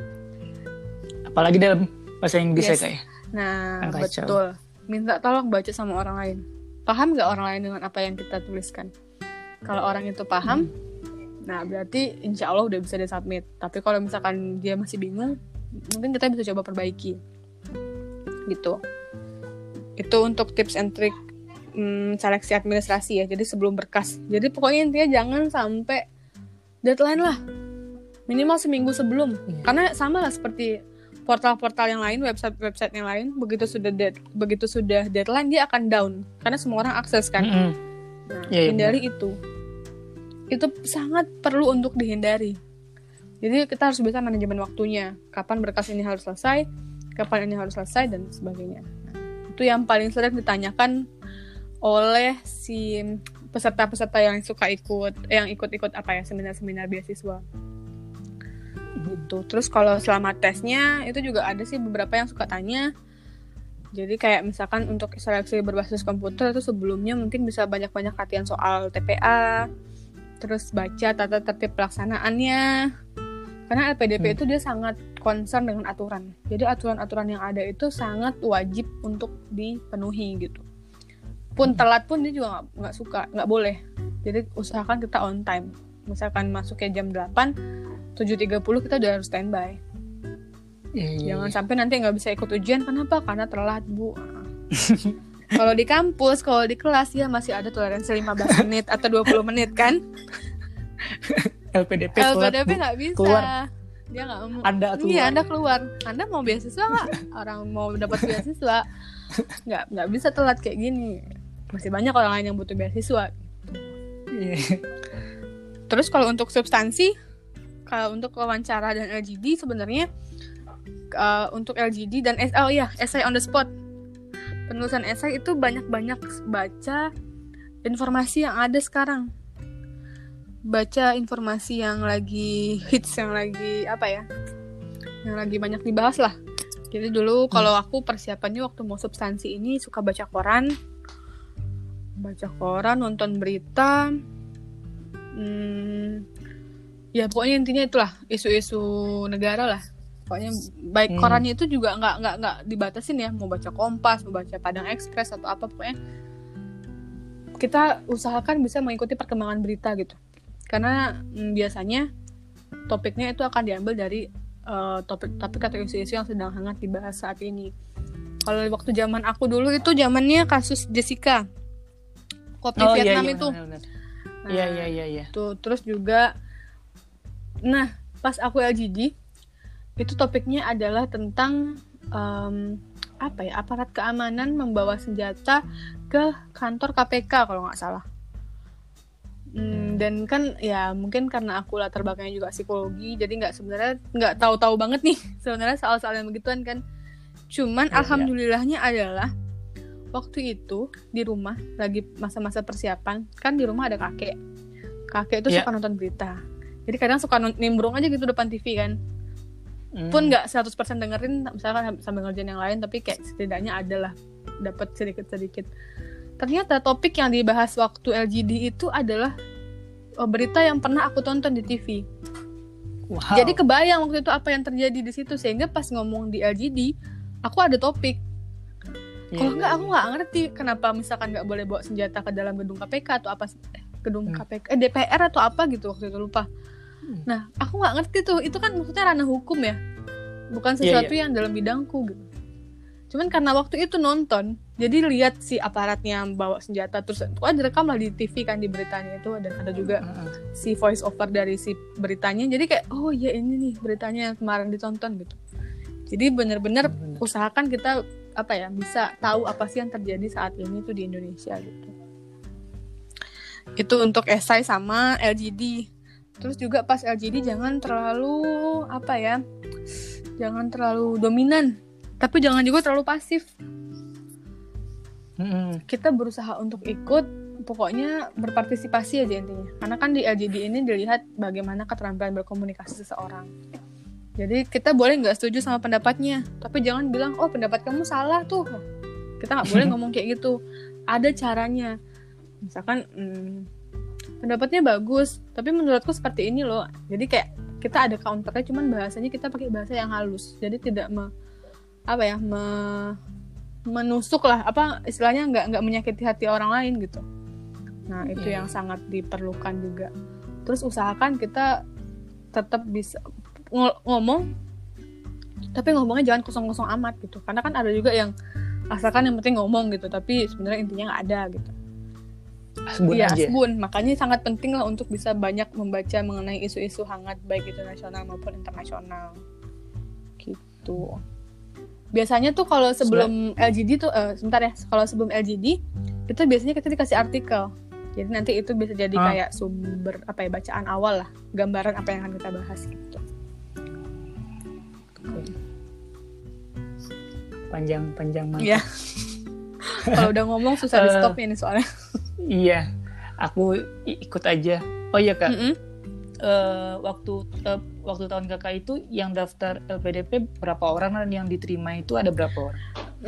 Apalagi dalam bahasa Inggris ya kayak. Nah, betul. Minta tolong baca sama orang lain. Paham nggak orang lain dengan apa yang kita tuliskan? Kalau orang itu paham, nah berarti insya Allah udah bisa disubmit. Tapi kalau misalkan dia masih bingung, mungkin kita bisa coba perbaiki. Gitu. Itu untuk tips and trick seleksi administrasi ya. Jadi sebelum berkas. Jadi pokoknya intinya jangan sampai deadline lah. Minimal seminggu sebelum. Karena sama lah seperti portal-portal yang lain, website yang lain, begitu sudah deadline dia akan down. Karena semua orang akses kan. Nah, hindari itu. Itu sangat perlu untuk dihindari. Jadi kita harus bisa manajemen waktunya. Kapan berkas ini harus selesai, kapan ini harus selesai dan sebagainya. Nah, itu yang paling sering ditanyakan oleh si peserta-peserta yang suka ikut apa ya, seminar-seminar beasiswa gitu. Terus kalau selama tesnya itu juga ada sih beberapa yang suka tanya. Jadi kayak misalkan untuk seleksi berbasis komputer itu sebelumnya mungkin bisa banyak-banyak latihan soal TPA, terus baca tata tertib pelaksanaannya. Karena LPDP itu dia sangat concern dengan aturan. Jadi aturan-aturan yang ada itu sangat wajib untuk dipenuhi gitu. Pun telat pun dia juga nggak boleh. Jadi usahakan kita on time. Misalkan masuknya jam 8, 7.30 kita udah harus standby. Jangan sampai nanti nggak bisa ikut ujian. Kenapa? Karena telat, Bu. Kalau di kampus, kalau di kelas ya masih ada toleransi 15 menit atau 20 menit kan. LPDP nggak bisa. Keluar. Dia nggak mau. Anda keluar. Iya, Anda keluar. Anda mau beasiswa nggak? Orang mau dapat beasiswa nggak bisa telat kayak gini. Masih banyak orang lain yang butuh beasiswa. Terus kalau untuk substansi, kalau untuk wawancara dan LGD sebenarnya untuk LGD dan essay on the spot. Penulisan essay itu banyak-banyak baca informasi yang ada sekarang. Baca informasi yang lagi hits, yang lagi yang lagi banyak dibahas lah. Jadi dulu kalau aku persiapannya waktu mau substansi ini suka baca koran, nonton berita, ya pokoknya intinya itulah isu-isu negara lah. Pokoknya baik korannya itu juga nggak dibatasin ya, mau baca Kompas, mau baca Padang Express atau apa, pokoknya kita usahakan bisa mengikuti perkembangan berita gitu. Karena biasanya topiknya itu akan diambil dari topik-topik atau isu-isu yang sedang hangat dibahas saat ini. Kalau waktu zaman aku dulu itu zamannya kasus Jessica, kopi Vietnam itu. Iya. Tuh, terus juga, nah pas aku LGD itu topiknya adalah tentang aparat keamanan membawa senjata ke kantor KPK kalau nggak salah. Dan kan ya mungkin karena aku latar belakangnya juga psikologi, jadi nggak tahu-tahu banget nih sebenarnya soal-soal yang begituan kan. Cuman alhamdulillahnya adalah waktu itu di rumah lagi masa-masa persiapan, kan di rumah ada kakek itu suka nonton berita, jadi kadang suka nimbrung aja gitu depan TV kan. Pun nggak 100% dengerin, misalkan sambil ngerjain yang lain, tapi kayak setidaknya adalah dapat sedikit-sedikit. Ternyata topik yang dibahas waktu LGD itu adalah berita yang pernah aku tonton di TV. Wow. Jadi kebayang waktu itu apa yang terjadi di situ, sehingga pas ngomong di LGD aku ada topik. Kalau nggak aku nggak ngerti kenapa misalkan nggak boleh bawa senjata ke dalam gedung KPK atau apa gedung KPK DPR atau apa gitu waktu itu, lupa. Nah aku nggak ngerti tuh, itu kan maksudnya ranah hukum ya, bukan sesuatu yang dalam bidangku gitu. Cuman karena waktu itu nonton, jadi lihat si aparatnya bawa senjata, terus itu kan direkam lah di TV kan, di beritanya itu, dan ada juga si voice over dari si beritanya. Jadi kayak oh ya ini nih beritanya yang kemarin ditonton gitu. Jadi benar-benar usahakan kita bisa tahu apa sih yang terjadi saat ini tuh di Indonesia gitu. Itu untuk esai sama LGD. Terus juga pas LGD jangan terlalu jangan terlalu dominan, tapi jangan juga terlalu pasif. Kita berusaha untuk ikut, pokoknya berpartisipasi aja intinya. Karena kan di LGD ini dilihat bagaimana keterampilan berkomunikasi seseorang. Jadi kita boleh nggak setuju sama pendapatnya, tapi jangan bilang oh pendapat kamu salah tuh. Kita nggak boleh ngomong kayak gitu. Ada caranya. Misalkan pendapatnya bagus, tapi menurutku seperti ini loh. Jadi kayak kita ada counternya, cuman bahasanya kita pakai bahasa yang halus. Jadi tidak menusuk lah, istilahnya nggak menyakiti hati orang lain gitu. Nah itu yang sangat diperlukan juga. Terus usahakan kita tetap bisa ngomong, tapi ngomongnya jangan kosong-kosong amat gitu. Karena kan ada juga yang asalkan yang penting ngomong gitu, tapi sebenarnya intinya nggak ada gitu. Asbun. Makanya sangat penting lah untuk bisa banyak membaca mengenai isu-isu hangat baik itu nasional maupun internasional. Gitu. Biasanya tuh kalau sebelum LGD tuh kalau sebelum LGD itu biasanya kita dikasih artikel. Jadi nanti itu bisa jadi kayak sumber bacaan awal lah, gambaran apa yang akan kita bahas gitu. Panjang banget. Iya. Kalau udah ngomong susah di stop ini soalnya. Iya, aku ikut aja. Oh iya Kak, waktu tahun Kakak itu yang daftar LPDP berapa orang, dan yang diterima itu ada berapa orang?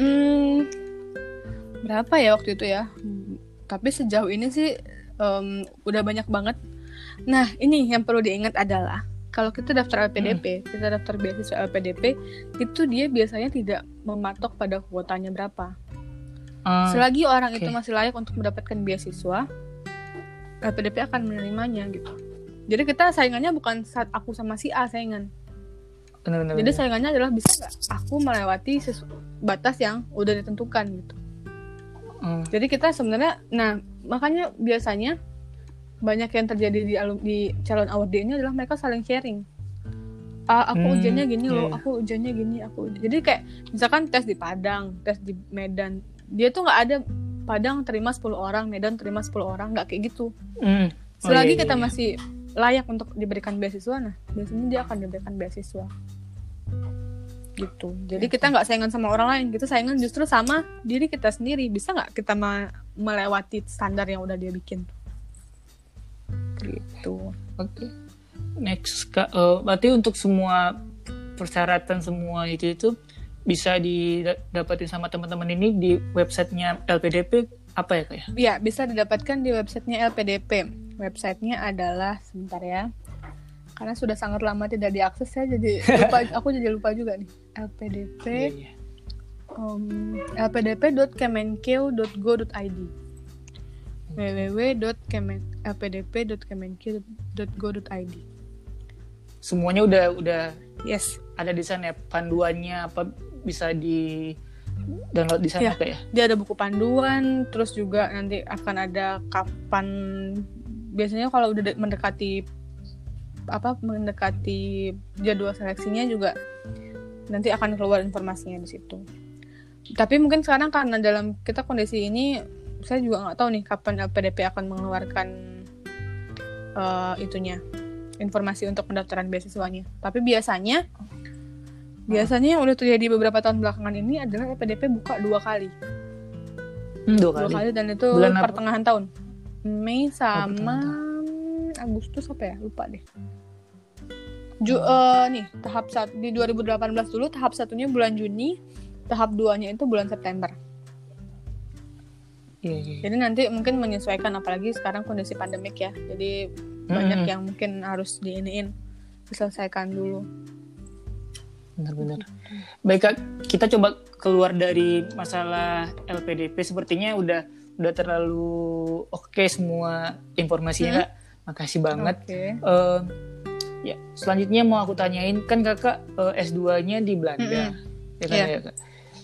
Berapa ya waktu itu ya? Tapi sejauh ini sih udah banyak banget. Nah ini yang perlu diingat adalah kalau kita daftar LPDP, kita daftar beasiswa LPDP, itu dia biasanya tidak mematok pada kuotanya berapa. Selagi orang itu masih layak untuk mendapatkan beasiswa, LPDP akan menerimanya gitu. Jadi kita saingannya bukan saat aku sama si A saingan. Benar. Jadi saingannya adalah bisa nggak aku melewati batas yang udah ditentukan gitu. Jadi kita sebenarnya, nah makanya biasanya banyak yang terjadi di calon award ini adalah mereka saling sharing. Aku ujiannya gini loh, aku ujiannya gini, jadi kayak misalkan tes di Padang, tes di Medan, dia tuh nggak ada Padang terima 10 orang, Medan terima 10 orang, nggak kayak gitu. Selagi kita masih layak untuk diberikan beasiswa, nah biasanya dia akan diberikan beasiswa gitu. Jadi kita nggak saingan sama orang lain, kita saingan justru sama diri kita sendiri. Bisa nggak kita melewati standar yang udah dia bikin gitu. Oke. Next Kak, berarti untuk semua persyaratan semua itu bisa didapatin sama teman-teman ini di websitenya LPDP apa ya Kak ya? Iya, bisa didapatkan di websitenya LPDP. Websitenya adalah, sebentar ya, karena sudah sangat lama tidak diakses, saya jadi lupa. Aku jadi lupa juga nih. LPDP lpdp.kemenkeu.go.id www.lpdp.kemenkeu.go.id. semuanya udah Yes. ada di sana ya, panduannya apa bisa di download di sana Ya, kayak. dia ada buku panduan, terus juga nanti akan ada kapan, biasanya kalau udah mendekati jadwal seleksinya juga nanti akan keluar informasinya di situ. Tapi mungkin sekarang karena dalam kita kondisi ini, saya juga nggak tahu nih kapan LPDP akan mengeluarkan informasi untuk pendaftaran beasiswanya. Tapi biasanya yang udah terjadi beberapa tahun belakangan ini adalah LPDP buka 2 kali. 2 2 kali dan itu Bulan apa? pertengahan tahun. Mei sama pertengahan Agustus apa ya? Lupa deh. Nih, tahap 1 di 2018 dulu, tahap 1-nya bulan Juni, tahap 2-nya itu bulan September. Iya. Jadi nanti mungkin menyesuaikan, apalagi sekarang kondisi pandemik ya. Jadi banyak yang mungkin harus diselesaikan dulu. Benar-benar. Baik Kak, kita coba keluar dari masalah LPDP. Sepertinya udah terlalu oke semua informasinya Kak. Makasih banget. Oke. Ya, selanjutnya mau aku tanyain, kan Kakak S2-nya di Belanda. Ya kan ya Kak.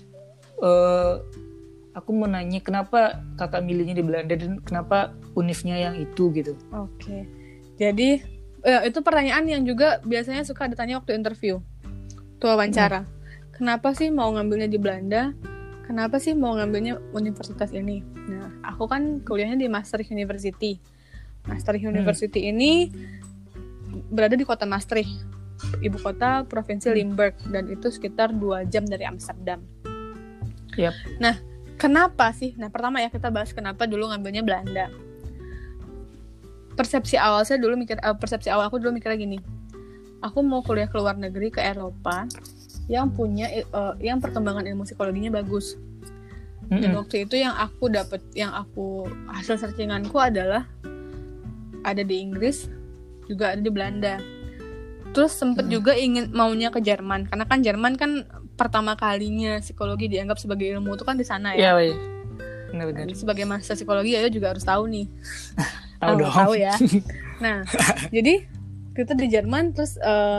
Aku mau nanya kenapa Kakak milihnya di Belanda dan kenapa univnya yang itu gitu. Oke. Jadi itu pertanyaan yang juga biasanya suka ditanya waktu interview. Wawancara. Kenapa sih mau ngambilnya di Belanda? Kenapa sih mau ngambilnya universitas ini? Nah, aku kan kuliahnya di Maastricht University. Maastricht University ini berada di kota Maastricht, ibu kota provinsi Limburg, dan itu sekitar 2 jam dari Amsterdam. Yep. Nah, kenapa sih? Nah, pertama ya kita bahas kenapa dulu ngambilnya Belanda. Persepsi awal aku dulu mikirnya gini. Aku mau kuliah ke luar negeri, ke Eropa, yang punya yang perkembangan ilmu psikologinya bagus. Dan waktu itu yang aku hasil searchinganku adalah ada di Inggris, juga ada di Belanda. Terus sempet juga maunya ke Jerman, karena kan Jerman kan pertama kalinya psikologi dianggap sebagai ilmu itu kan di sana ya. Iya. Benar-benar. Sebagai mahasiswa psikologi ya juga harus tahu nih. Tahu dong. Tahu ya. Nah, jadi kita di Jerman, terus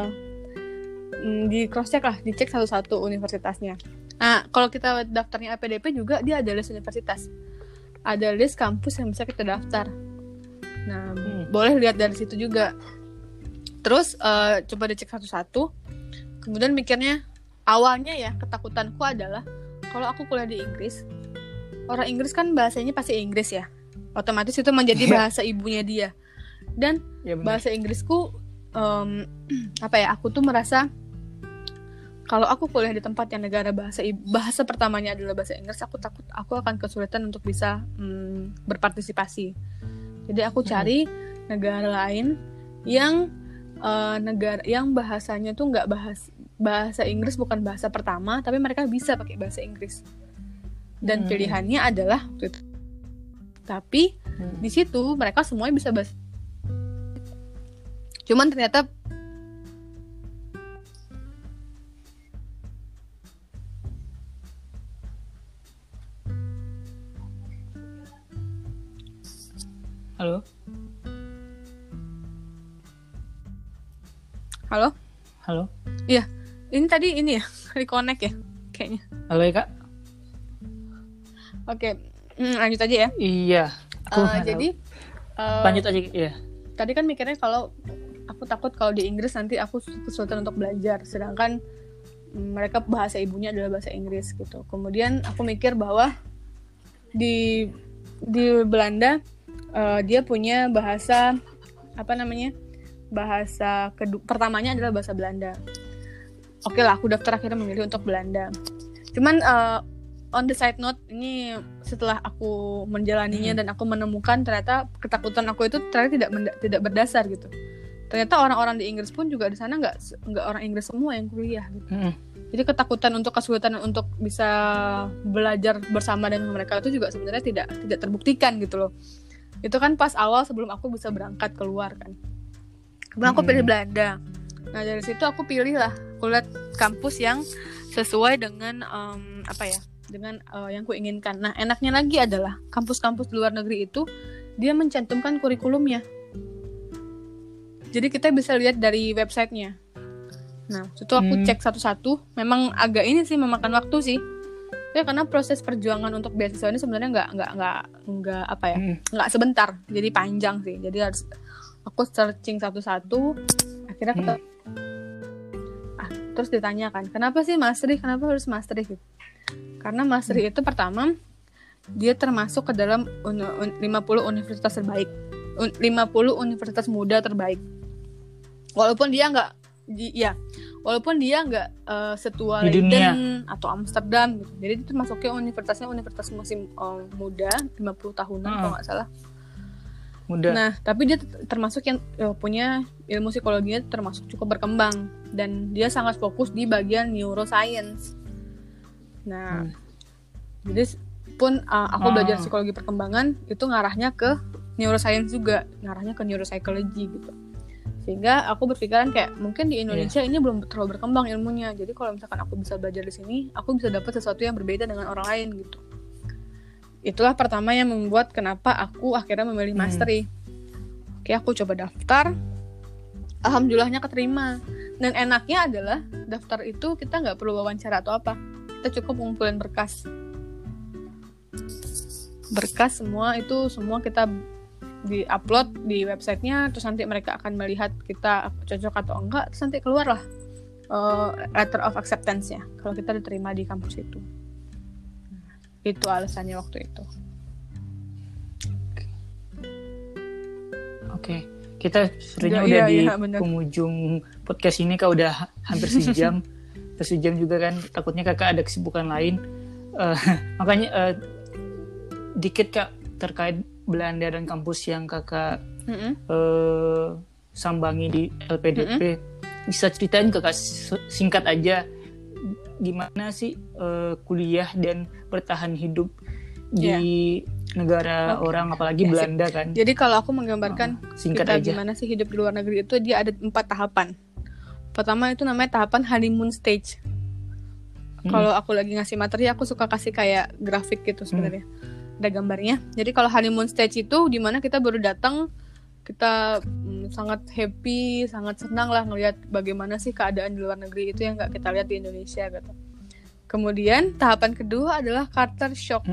di cross check lah, dicek satu-satu universitasnya. Nah, kalau kita daftarnya LPDP juga dia ada list universitas, ada list kampus yang bisa kita daftar. Nah, boleh lihat dari situ juga. Terus coba dicek satu-satu. Kemudian mikirnya, awalnya ya ketakutanku adalah kalau aku kuliah di Inggris, orang Inggris kan bahasanya pasti Inggris ya, otomatis itu menjadi bahasa ibunya dia. Dan bahasa Inggrisku aku tuh merasa kalau aku kuliah di tempat yang negara bahasa pertamanya adalah bahasa Inggris, aku takut aku akan kesulitan untuk bisa berpartisipasi. Jadi aku cari negara lain yang bahasanya tuh nggak bahasa Inggris, bukan bahasa pertama, tapi mereka bisa pakai bahasa Inggris. Dan pilihannya adalah tapi di situ mereka semuanya bisa bahasa. Cuman ternyata Halo? Iya, ini tadi ini ya, reconnect ya kayaknya. Halo ya Kak? Oke, lanjut aja ya. Iya. Jadi lanjut aja ya. Tadi kan mikirnya kalau aku takut kalau di Inggris nanti aku kesulitan untuk belajar, sedangkan mereka bahasa ibunya adalah bahasa Inggris gitu. Kemudian aku mikir bahwa di Belanda dia punya bahasa bahasa pertamanya adalah bahasa Belanda. Oke lah, aku daftar akhirnya memilih untuk Belanda. Cuman on the side note, ini setelah aku menjalaninya dan aku menemukan ternyata ketakutan aku itu ternyata tidak berdasar gitu. Ternyata orang-orang di Inggris pun juga di sana nggak orang Inggris semua yang kuliah gitu. Jadi kesulitan untuk bisa belajar bersama dengan mereka itu juga sebenarnya tidak terbuktikan gitu loh. Itu kan pas awal sebelum aku bisa berangkat keluar kan. Kemudian aku pilih Belanda. Nah dari situ aku lihat kampus yang sesuai dengan dengan yang ku inginkan. Nah enaknya lagi adalah kampus-kampus di luar negeri itu dia mencantumkan kurikulumnya. Jadi kita bisa lihat dari websitenya. Nah, itu aku cek satu-satu. Memang agak ini sih memakan waktu sih. Ya karena proses perjuangan untuk beasiswa ini sebenarnya nggak apa ya, nggak sebentar. Jadi panjang sih. Jadi harus aku searching satu-satu. Akhirnya terus ditanyakan, kenapa sih Maastricht? Kenapa harus Maastricht? Gitu. Karena Maastricht itu pertama dia termasuk ke dalam 50 universitas terbaik, 50 universitas muda terbaik. Walaupun dia nggak setua Leiden atau Amsterdam gitu. Jadi itu termasuknya universitas masih muda, 50 tahunan kalau nggak salah. Muda. Nah, tapi dia termasuk yang punya ilmu psikologinya termasuk cukup berkembang dan dia sangat fokus di bagian neuroscience. Nah, jadi pun aku belajar psikologi perkembangan itu ngarahnya ke neuroscience juga, ngarahnya ke neuropsychology gitu. Sehingga aku berpikiran kayak mungkin di Indonesia ini belum terlalu berkembang ilmunya. Jadi kalau misalkan aku bisa belajar di sini, aku bisa dapat sesuatu yang berbeda dengan orang lain gitu. Itulah pertama yang membuat kenapa aku akhirnya memilih Maastricht. Oke, aku coba daftar. Alhamdulillahnya keterima. Dan enaknya adalah daftar itu kita nggak perlu wawancara atau apa. Kita cukup ngumpulin berkas. Berkas semua kita di-upload di websitenya. Terus nanti mereka akan melihat kita cocok atau enggak. Terus nanti keluarlah letter of acceptance-nya kalau kita diterima di kampus itu. Itu alasannya waktu itu. Oke. Kita sebenarnya udah di penghujung podcast ini, Kak, udah hampir sejam. Sejam juga kan, takutnya Kakak ada kesibukan lain. Makanya dikit, Kak, terkait Belanda dan kampus yang Kakak sambangi di LPDP. Bisa ceritain Kakak singkat aja gimana sih kuliah dan bertahan hidup di negara orang, apalagi Belanda kan. Jadi kalau aku menggambarkan kita aja gimana sih hidup di luar negeri itu, dia ada 4 tahapan. Pertama itu namanya tahapan honeymoon stage. Kalau aku lagi ngasih materi, aku suka kasih kayak grafik gitu sebenarnya. Ada gambarnya. Jadi kalau honeymoon stage itu dimana kita baru datang, kita sangat happy, sangat senang lah ngelihat bagaimana sih keadaan di luar negeri itu yang nggak kita lihat di Indonesia gitu. Kemudian tahapan kedua adalah culture shock.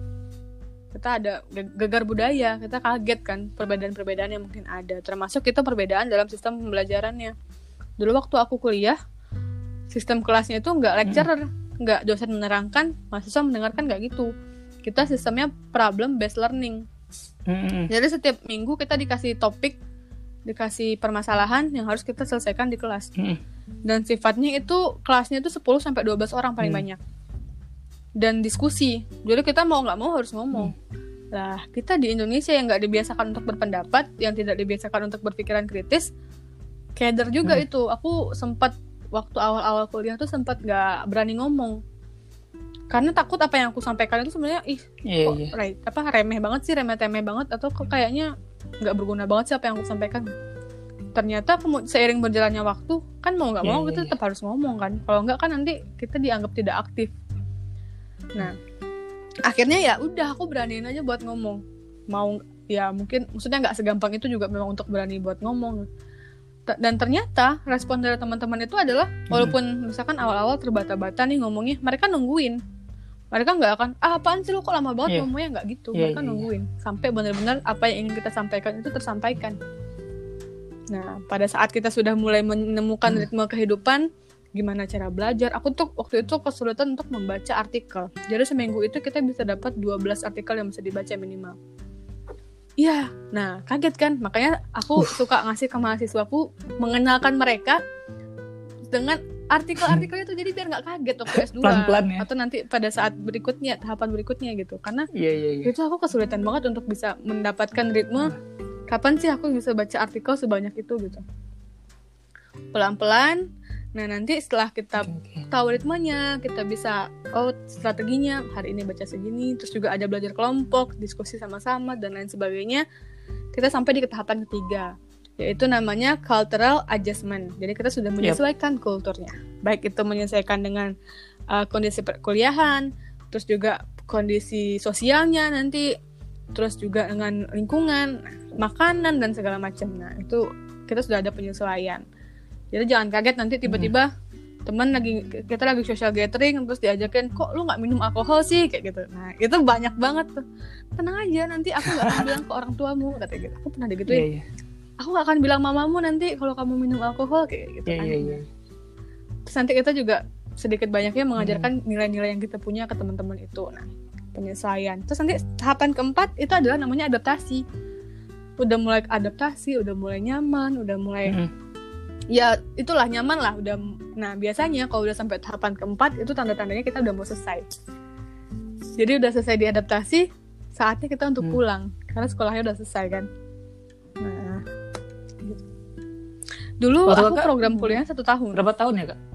Kita ada gegar budaya, kita kaget kan perbedaan-perbedaan yang mungkin ada. Termasuk kita perbedaan dalam sistem pembelajarannya. Dulu waktu aku kuliah, sistem kelasnya itu nggak lecturer, nggak dosen menerangkan, mahasiswa mendengarkan, nggak gitu. Kita sistemnya problem based learning. Jadi setiap minggu kita dikasih topik, dikasih permasalahan yang harus kita selesaikan di kelas. Dan sifatnya itu kelasnya itu 10-12 orang paling banyak. Dan diskusi. Jadi kita mau nggak mau harus ngomong. Lah, kita di Indonesia yang nggak dibiasakan untuk berpendapat, yang tidak dibiasakan untuk berpikiran kritis, keder juga itu. Aku sempat waktu awal-awal kuliah tuh sempat nggak berani ngomong. Karena takut apa yang aku sampaikan itu sebenarnya remeh banget sih, remeh-temeh banget, atau kok kayaknya nggak berguna banget sih apa yang aku sampaikan. Ternyata seiring berjalannya waktu kan mau nggak mau kita tetap harus ngomong kan. Kalau nggak kan nanti kita dianggap tidak aktif. Nah, akhirnya ya udah aku beraniin aja buat ngomong. Mau ya mungkin maksudnya nggak segampang itu juga memang untuk berani buat ngomong. Dan ternyata respon dari teman-teman itu adalah walaupun misalkan awal-awal terbata-bata nih ngomongnya, mereka nungguin. Mereka nggak akan apaan sih lo kok lama banget ngomongnya, nggak gitu. Mereka nungguin sampai benar-benar apa yang ingin kita sampaikan itu tersampaikan. Nah, pada saat kita sudah mulai menemukan ritme kehidupan, gimana cara belajar, aku tuh waktu itu kesulitan untuk membaca artikel. Jadi seminggu itu kita bisa dapat 12 artikel yang bisa dibaca minimal. Iya, nah kaget kan, makanya aku suka ngasih ke mahasiswaku, mengenalkan mereka dengan artikel-artikel itu, jadi biar nggak kaget waktu S2 pelan-pelan, ya. Atau nanti pada saat berikutnya, tahapan berikutnya gitu. Karena itu aku kesulitan banget untuk bisa mendapatkan ritme. Kapan sih aku bisa baca artikel sebanyak itu gitu. Pelan-pelan. Nah nanti setelah kita tahu ritmenya, kita bisa strateginya, hari ini baca segini, terus juga ada belajar kelompok, diskusi sama-sama dan lain sebagainya. Kita sampai di tahapan ketiga, yaitu namanya cultural adjustment. Jadi kita sudah menyesuaikan kulturnya, baik itu menyesuaikan dengan kondisi perkuliahan, terus juga kondisi sosialnya nanti, terus juga dengan lingkungan, makanan dan segala macam. Nah itu kita sudah ada penyesuaian. Jadi jangan kaget nanti tiba-tiba teman kita lagi social gathering terus diajakin, kok lu nggak minum alkohol sih kayak gitu. Nah itu banyak banget tuh. Tenang aja, nanti aku nggak akan bilang ke orang tuamu katanya gitu. Aku pernah digituin. Aku nggak akan bilang mamamu nanti kalau kamu minum alkohol kayak gitu kan. Terus nanti kita juga sedikit banyaknya mengajarkan nilai-nilai yang kita punya ke teman-teman itu. Nah penyesuaian. Terus nanti tahapan keempat itu adalah namanya adaptasi. Udah mulai adaptasi, udah mulai nyaman, udah mulai ya itulah nyaman lah udah. Nah biasanya kalau udah sampai tahapan keempat itu tanda-tandanya kita udah mau selesai. Jadi udah selesai diadaptasi, saatnya kita untuk pulang karena sekolahnya udah selesai kan. Nah gitu. Dulu aku program kuliah 1 tahun. Berapa tahun ya kak?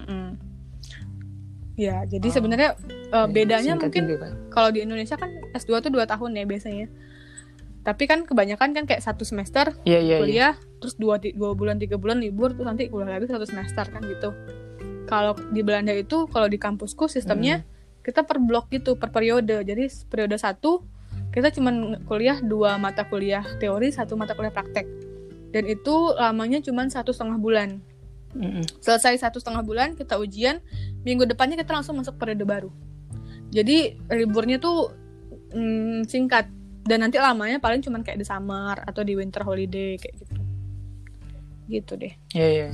Ya jadi sebenarnya bedanya mungkin kalau di Indonesia kan S2 tuh 2 tahun ya biasanya. Tapi kan kebanyakan kan kayak 1 semester kuliah, terus 2 bulan 3 bulan libur, terus nanti kuliah lagi 1 semester kan gitu. Kalau di Belanda itu, kalau di kampusku sistemnya kita per blok gitu, per periode. Jadi periode 1 kita cuma kuliah 2 mata kuliah teori, 1 mata kuliah praktek. Dan itu lamanya cuma 1,5 bulan. Selesai 1,5 bulan kita ujian, minggu depannya kita langsung masuk periode baru. Jadi liburnya tuh singkat. Dan nanti lamanya paling cuma kayak di summer atau di winter holiday kayak gitu. Gitu deh. Iya.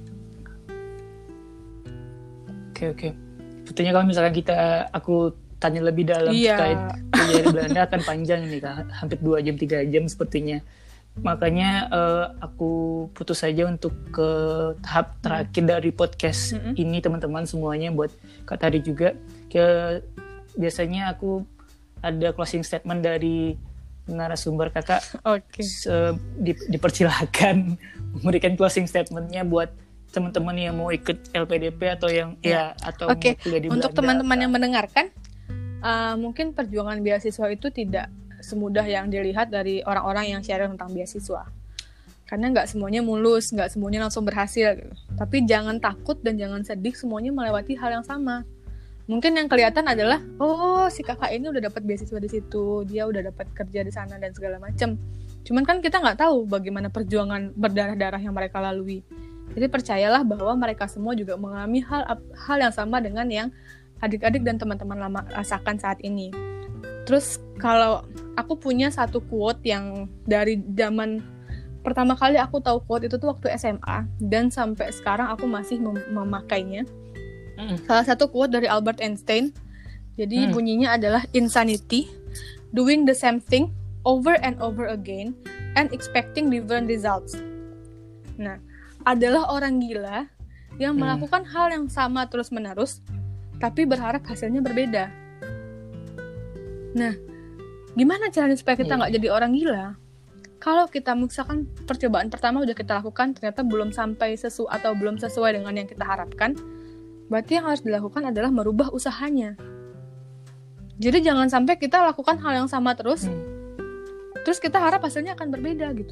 Oke. Sepertinya kalau misalkan aku tanya lebih dalam terkait kuliah di Belanda akan panjang nih Kak. Hampir 2 jam 3 jam sepertinya. Makanya aku putus saja untuk ke tahap terakhir dari podcast ini teman-teman semuanya, buat Kak Tari juga. Biasanya aku ada closing statement dari narasumber kakak. Dipersilahkan memberikan closing statementnya buat teman-teman yang mau ikut LPDP atau yang atau mau kuliah di Belanda. Untuk teman-teman yang mendengarkan, mungkin perjuangan beasiswa itu tidak semudah yang dilihat dari orang-orang yang share tentang beasiswa. Karena nggak semuanya mulus, nggak semuanya langsung berhasil gitu. Tapi jangan takut dan jangan sedih, semuanya melewati hal yang sama. Mungkin yang kelihatan adalah, si kakak ini udah dapat beasiswa di situ, dia udah dapat kerja di sana dan segala macam. Cuman kan kita nggak tahu bagaimana perjuangan berdarah-darah yang mereka lalui. Jadi percayalah bahwa mereka semua juga mengalami hal yang sama dengan yang adik-adik dan teman-teman lama rasakan saat ini. Terus kalau aku punya satu quote yang dari zaman pertama kali aku tahu quote itu tuh waktu SMA, dan sampai sekarang aku masih memakainya. Salah satu quote dari Albert Einstein. Jadi bunyinya adalah insanity, doing the same thing over and over again and expecting different results. Nah, adalah orang gila yang melakukan hal yang sama terus-menerus tapi berharap hasilnya berbeda. Nah, gimana caranya supaya kita nggak jadi orang gila? Kalau kita misalkan percobaan pertama udah kita lakukan ternyata belum sampai atau belum sesuai dengan yang kita harapkan, berarti yang harus dilakukan adalah merubah usahanya. Jadi jangan sampai kita lakukan hal yang sama terus kita harap hasilnya akan berbeda gitu.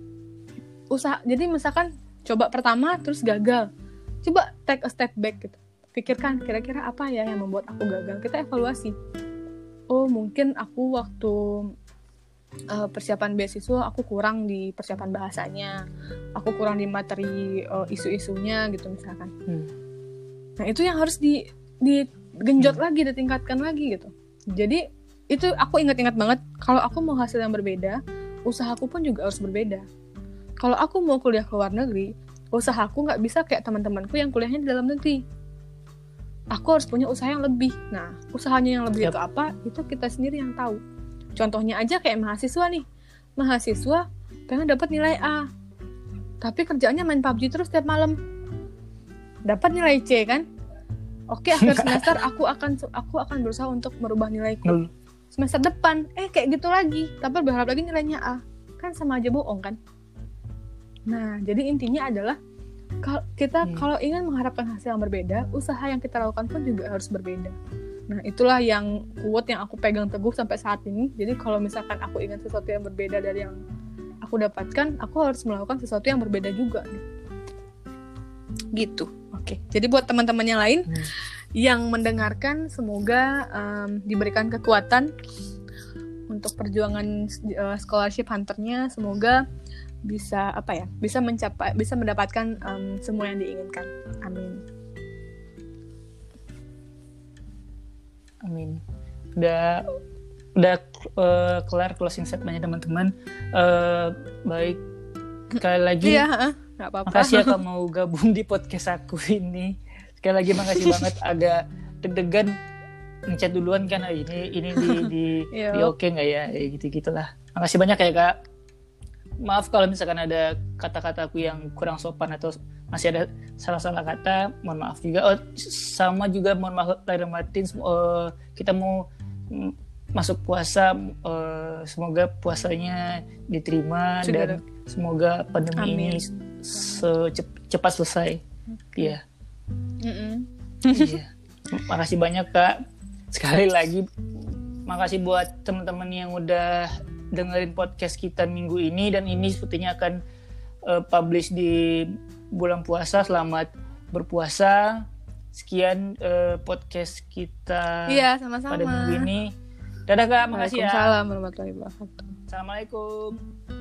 Jadi misalkan coba pertama terus gagal, coba take a step back gitu. Pikirkan kira-kira apa ya yang membuat aku gagal. Kita evaluasi. Mungkin aku waktu persiapan beasiswa aku kurang di persiapan bahasanya, aku kurang di materi isu-isunya gitu misalkan. Nah itu yang harus digenjot lagi, ditingkatkan lagi gitu. Jadi itu aku ingat-ingat banget, kalau aku mau hasil yang berbeda, usahaku pun juga harus berbeda. Kalau aku mau kuliah ke luar negeri, usahaku nggak bisa kayak teman-temanku yang kuliahnya di dalam negeri. Aku harus punya usaha yang lebih. Nah, usahanya yang lebih itu apa? Itu kita sendiri yang tahu. Contohnya aja kayak mahasiswa nih. Mahasiswa pengen dapat nilai A, tapi kerjaannya main PUBG terus tiap malam. Dapat nilai C kan? Oke, akhir semester aku akan berusaha untuk merubah nilaiku. Semester depan kayak gitu lagi, tapi berharap lagi nilainya A. Kan sama aja bohong kan? Nah, jadi intinya adalah kalau ingin mengharapkan hasil yang berbeda, usaha yang kita lakukan pun juga harus berbeda. Nah, itulah yang quote yang aku pegang teguh sampai saat ini. Jadi kalau misalkan aku ingin sesuatu yang berbeda dari yang aku dapatkan, aku harus melakukan sesuatu yang berbeda juga. Gitu. Oke. Jadi buat teman-teman yang lain yang mendengarkan, semoga diberikan kekuatan untuk perjuangan scholarship hunter-nya. Semoga bisa bisa mendapatkan semua yang diinginkan. Amin. Amin. Udah kelar closing statementnya teman-teman. Baik, sekali lagi nggak apa-apa. makasih ya Kak mau gabung di podcast aku ini. Sekali lagi makasih banget. Agak deg-degan ngechat duluan kan, ini di oke nggak ya, gitu-gitulah. Makasih banyak ya Kak. Maaf kalau misalkan ada kata-kataku yang kurang sopan atau masih ada salah-salah kata, mohon maaf juga. Sama juga mohon maaf lahir batin. Kita mau masuk puasa, semoga puasanya diterima dan semoga pandemi ini cepat selesai. Iya. Iya. Makasih banyak Kak. Sekali lagi makasih buat teman-teman yang udah dengerin podcast kita minggu ini, dan ini sepertinya akan publish di bulan puasa. Selamat berpuasa. Sekian podcast kita sama-sama pada minggu ini. Dadah Kak, makasih ya. Waalaikumsalam warahmatullahi wabarakatuh. Assalamualaikum.